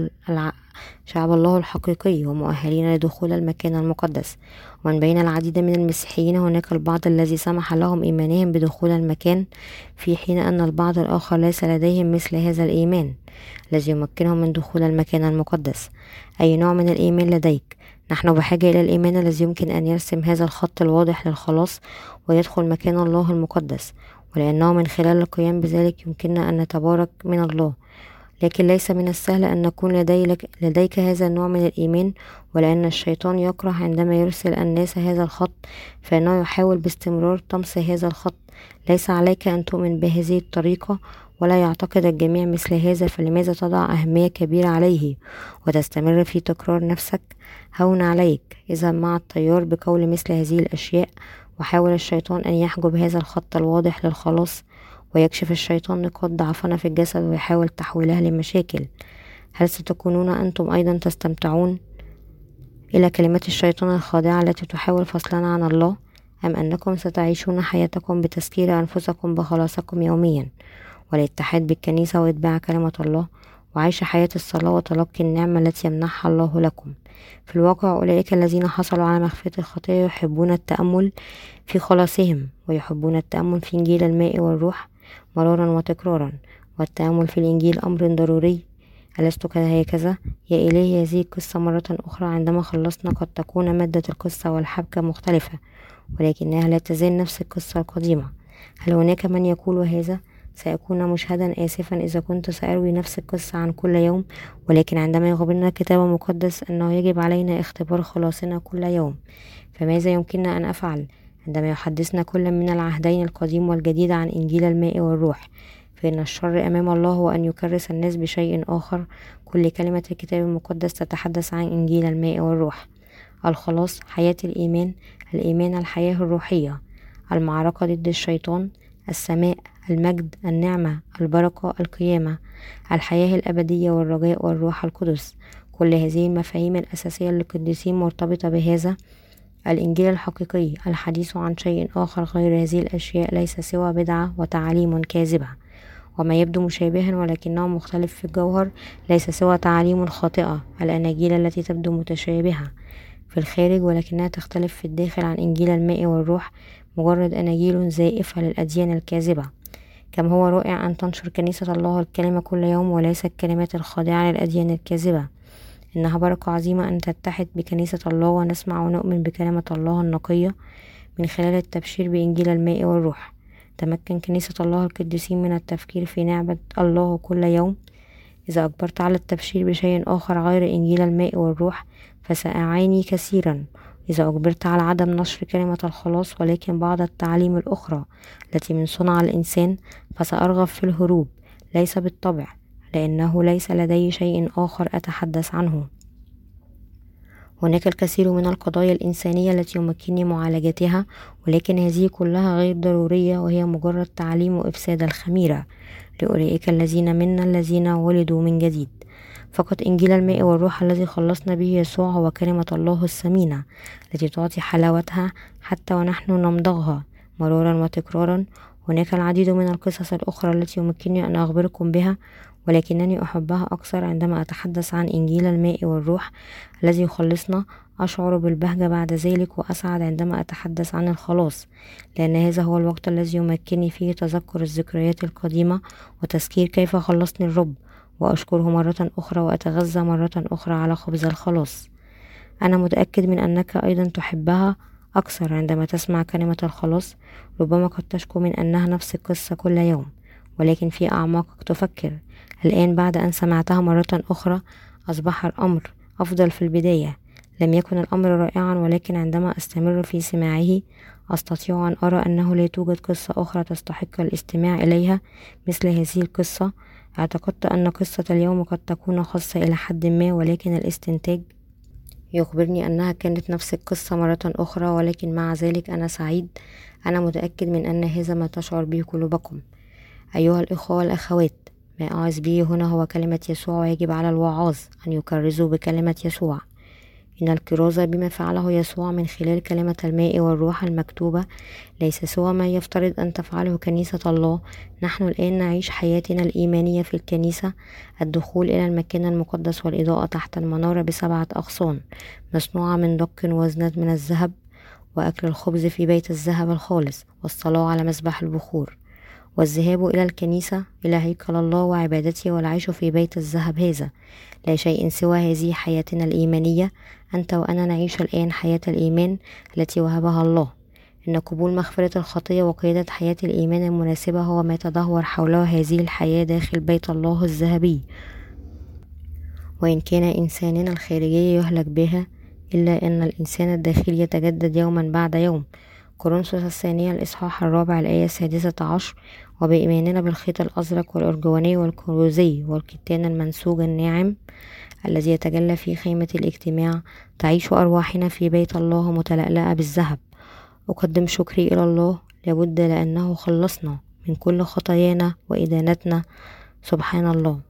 الله الحقيقي، ومؤهلين لدخول المكان المقدس. ومن بين العديد من المسيحيين هناك البعض الذي سمح لهم إيمانهم بدخول المكان، في حين أن البعض الآخر ليس لديهم مثل هذا الإيمان الذي يمكنهم من دخول المكان المقدس. أي نوع من الإيمان لديك؟ نحن بحاجة إلى الإيمان الذي يمكن أن يرسم هذا الخط الواضح للخلاص ويدخل مكان الله المقدس، ولأنه من خلال القيام بذلك يمكننا أن نتبارك من الله. لكن ليس من السهل أن يكون لديك هذا النوع من الإيمان، ولأن الشيطان يكره عندما يرسل الناس هذا الخط، فإنه يحاول باستمرار طمس هذا الخط. ليس عليك أن تؤمن بهذه الطريقة، ولا يعتقد الجميع مثل هذا، فلماذا تضع أهمية كبيرة عليه وتستمر في تكرار نفسك؟ هون عليك إذا مع التيار بقول مثل هذه الأشياء. وحاول الشيطان أن يحجب هذا الخط الواضح للخلاص، ويكشف الشيطان نقاط ضعفنا في الجسد ويحاول تحويلها لمشاكل. هل ستكونون أنتم أيضا تستمتعون إلى كلمات الشيطان الخادعة التي تحاول فصلنا عن الله، أم أنكم ستعيشون حياتكم بتذكير أنفسكم بخلاصكم يوميا والاتحاد بالكنيسة وإتباع كلمة الله وعيش حياة الصلاة وتلقي النعمة التي يمنحها الله لكم؟ في الواقع أولئك الذين حصلوا على مغفرة الخطايا يحبون التأمل في خلاصهم، ويحبون التأمل في إنجيل الماء والروح مرارا وتكرارا. والتأمل في الإنجيل أمر ضروري، ألست هكذا؟ يا إلهي، هذه القصة مرة أخرى عندما خلصنا قد تكون مادة القصة والحبكة مختلفة، ولكنها لا تزال نفس القصة القديمة. هل هناك من يقول هذا؟ سأكون مشهدا آسفا إذا كنت سأروي نفس القصة عن كل يوم، ولكن عندما يخبرنا الكتاب المقدس أنه يجب علينا اختبار خلاصنا كل يوم، فماذا يمكننا أن أفعل عندما يحدثنا كل من العهدين القديم والجديد عن إنجيل الماء والروح؟ فإن الشر أمام الله هو أن يكرس الناس بشيء آخر. كل كلمة الكتاب المقدس تتحدث عن إنجيل الماء والروح، الخلاص، حياة الإيمان، الحياة الروحية، المعركة ضد الشيطان، السماء، المجد، النعمة، البركة، القيامة، الحياة الأبدية والرجاء والروح القدس. كل هذه المفاهيم الأساسية للقديسين مرتبطة بهذا الإنجيل الحقيقي. الحديث عن شيء آخر غير هذه الأشياء ليس سوى بدعة وتعاليم كاذبة، وما يبدو مشابها ولكنه مختلف في الجوهر ليس سوى تعاليم خاطئة. الأناجيل التي تبدو متشابهة في الخارج ولكنها تختلف في الداخل عن إنجيل الماء والروح مجرد أناجيل زائفة للأديان الكاذبة. كم هو رائع أن تنشر كنيسة الله الكلمة كل يوم وليس الكلمات الخاضعة للأديان الكاذبة. إنها بركة عظيمة أن تتحد بكنيسة الله ونسمع ونؤمن بكلمة الله النقية من خلال التبشير بإنجيل الماء والروح. تمكن كنيسة الله القديسين من التفكير في نعمة الله كل يوم. إذا أجبرت على التبشير بشيء آخر غير إنجيل الماء والروح فسأعاني كثيرا. إذا أجبرت على عدم نشر كلمة الخلاص ولكن بعض التعاليم الأخرى التي من صنع الإنسان، فسأرغب في الهروب، ليس بالطبع، لأنه ليس لدي شيء آخر أتحدث عنه. هناك الكثير من القضايا الإنسانية التي يمكنني معالجتها، ولكن هذه كلها غير ضرورية، وهي مجرد تعليم وإفساد الخميرة لأولئك الذين منا الذين ولدوا من جديد. فقط إنجيل الماء والروح الذي خلصنا به يسوع هو كلمة الله الثمينة التي تعطي حلاوتها حتى ونحن نمضغها مرارا وتكرارا. هناك العديد من القصص الأخرى التي يمكنني أن أخبركم بها، ولكنني أحبها أكثر عندما أتحدث عن إنجيل الماء والروح الذي يخلصنا. أشعر بالبهجة بعد ذلك وأسعد عندما أتحدث عن الخلاص، لأن هذا هو الوقت الذي يمكنني فيه تذكر الذكريات القديمة وتذكير كيف خلصني الرب، وأشكره مرة أخرى وأتغذى مرة أخرى على خبز الخلاص. أنا متأكد من أنك أيضا تحبها أكثر عندما تسمع كلمة الخلاص. ربما قد تشكو من أنها نفس القصة كل يوم، ولكن في أعماقك تفكر الآن بعد أن سمعتها مرة أخرى أصبح الأمر أفضل في البداية. لم يكن الأمر رائعا، ولكن عندما أستمر في سماعه أستطيع أن أرى أنه لا توجد قصة أخرى تستحق الاستماع إليها مثل هذه القصة. اعتقدت أن قصة اليوم قد تكون خاصة إلى حد ما، ولكن الاستنتاج يخبرني أنها كانت نفس القصة مرة أخرى، ولكن مع ذلك أنا سعيد. أنا متأكد من أن هذا ما تشعر به قلوبكم أيها الإخوة والأخوات. ما أعظ به هنا هو كلمة يسوع، ويجب على الوعاظ أن يكرزوا بكلمة يسوع. إن الكرازة بما فعله يسوع من خلال كلمة الماء والروح المكتوبة ليس سوى ما يفترض أن تفعله كنيسة الله. نحن الآن نعيش حياتنا الإيمانية في الكنيسة، الدخول إلى المكان المقدس والإضاءة تحت المنارة ب7 أغصان مصنوعة من دق وزنات من الذهب، وأكل الخبز في بيت الذهب الخالص، والصلاة على مذبح البخور، والذهاب إلى الكنيسة إلى هيكل الله وعبادته، والعيش في بيت الذهب. هذا لا شيء سوى هذه حياتنا الإيمانية. أنت وأنا نعيش الآن حياة الإيمان التي وهبها الله. إن قبول مغفرة الخطية وقيادة حياة الإيمان المناسبة هو ما تدهور حوله هذه الحياة داخل بيت الله الذهبي. وإن كان إنساننا الخارجي يهلك بها، إلا أن الإنسان الداخلي يتجدد يوما بعد يوم. كورنثوس الثانية الإصحاح 4 الآية 16. وبإيماننا بالخيط الأزرق والأرجواني والكروزي والكتان المنسوج الناعم الذي يتجلى في خيمة الاجتماع، تعيش أرواحنا في بيت الله متلألأة بالذهب. أقدم شكري إلى الله لابد، لأنه خلصنا من كل خطايانا وإدانتنا. سبحان الله.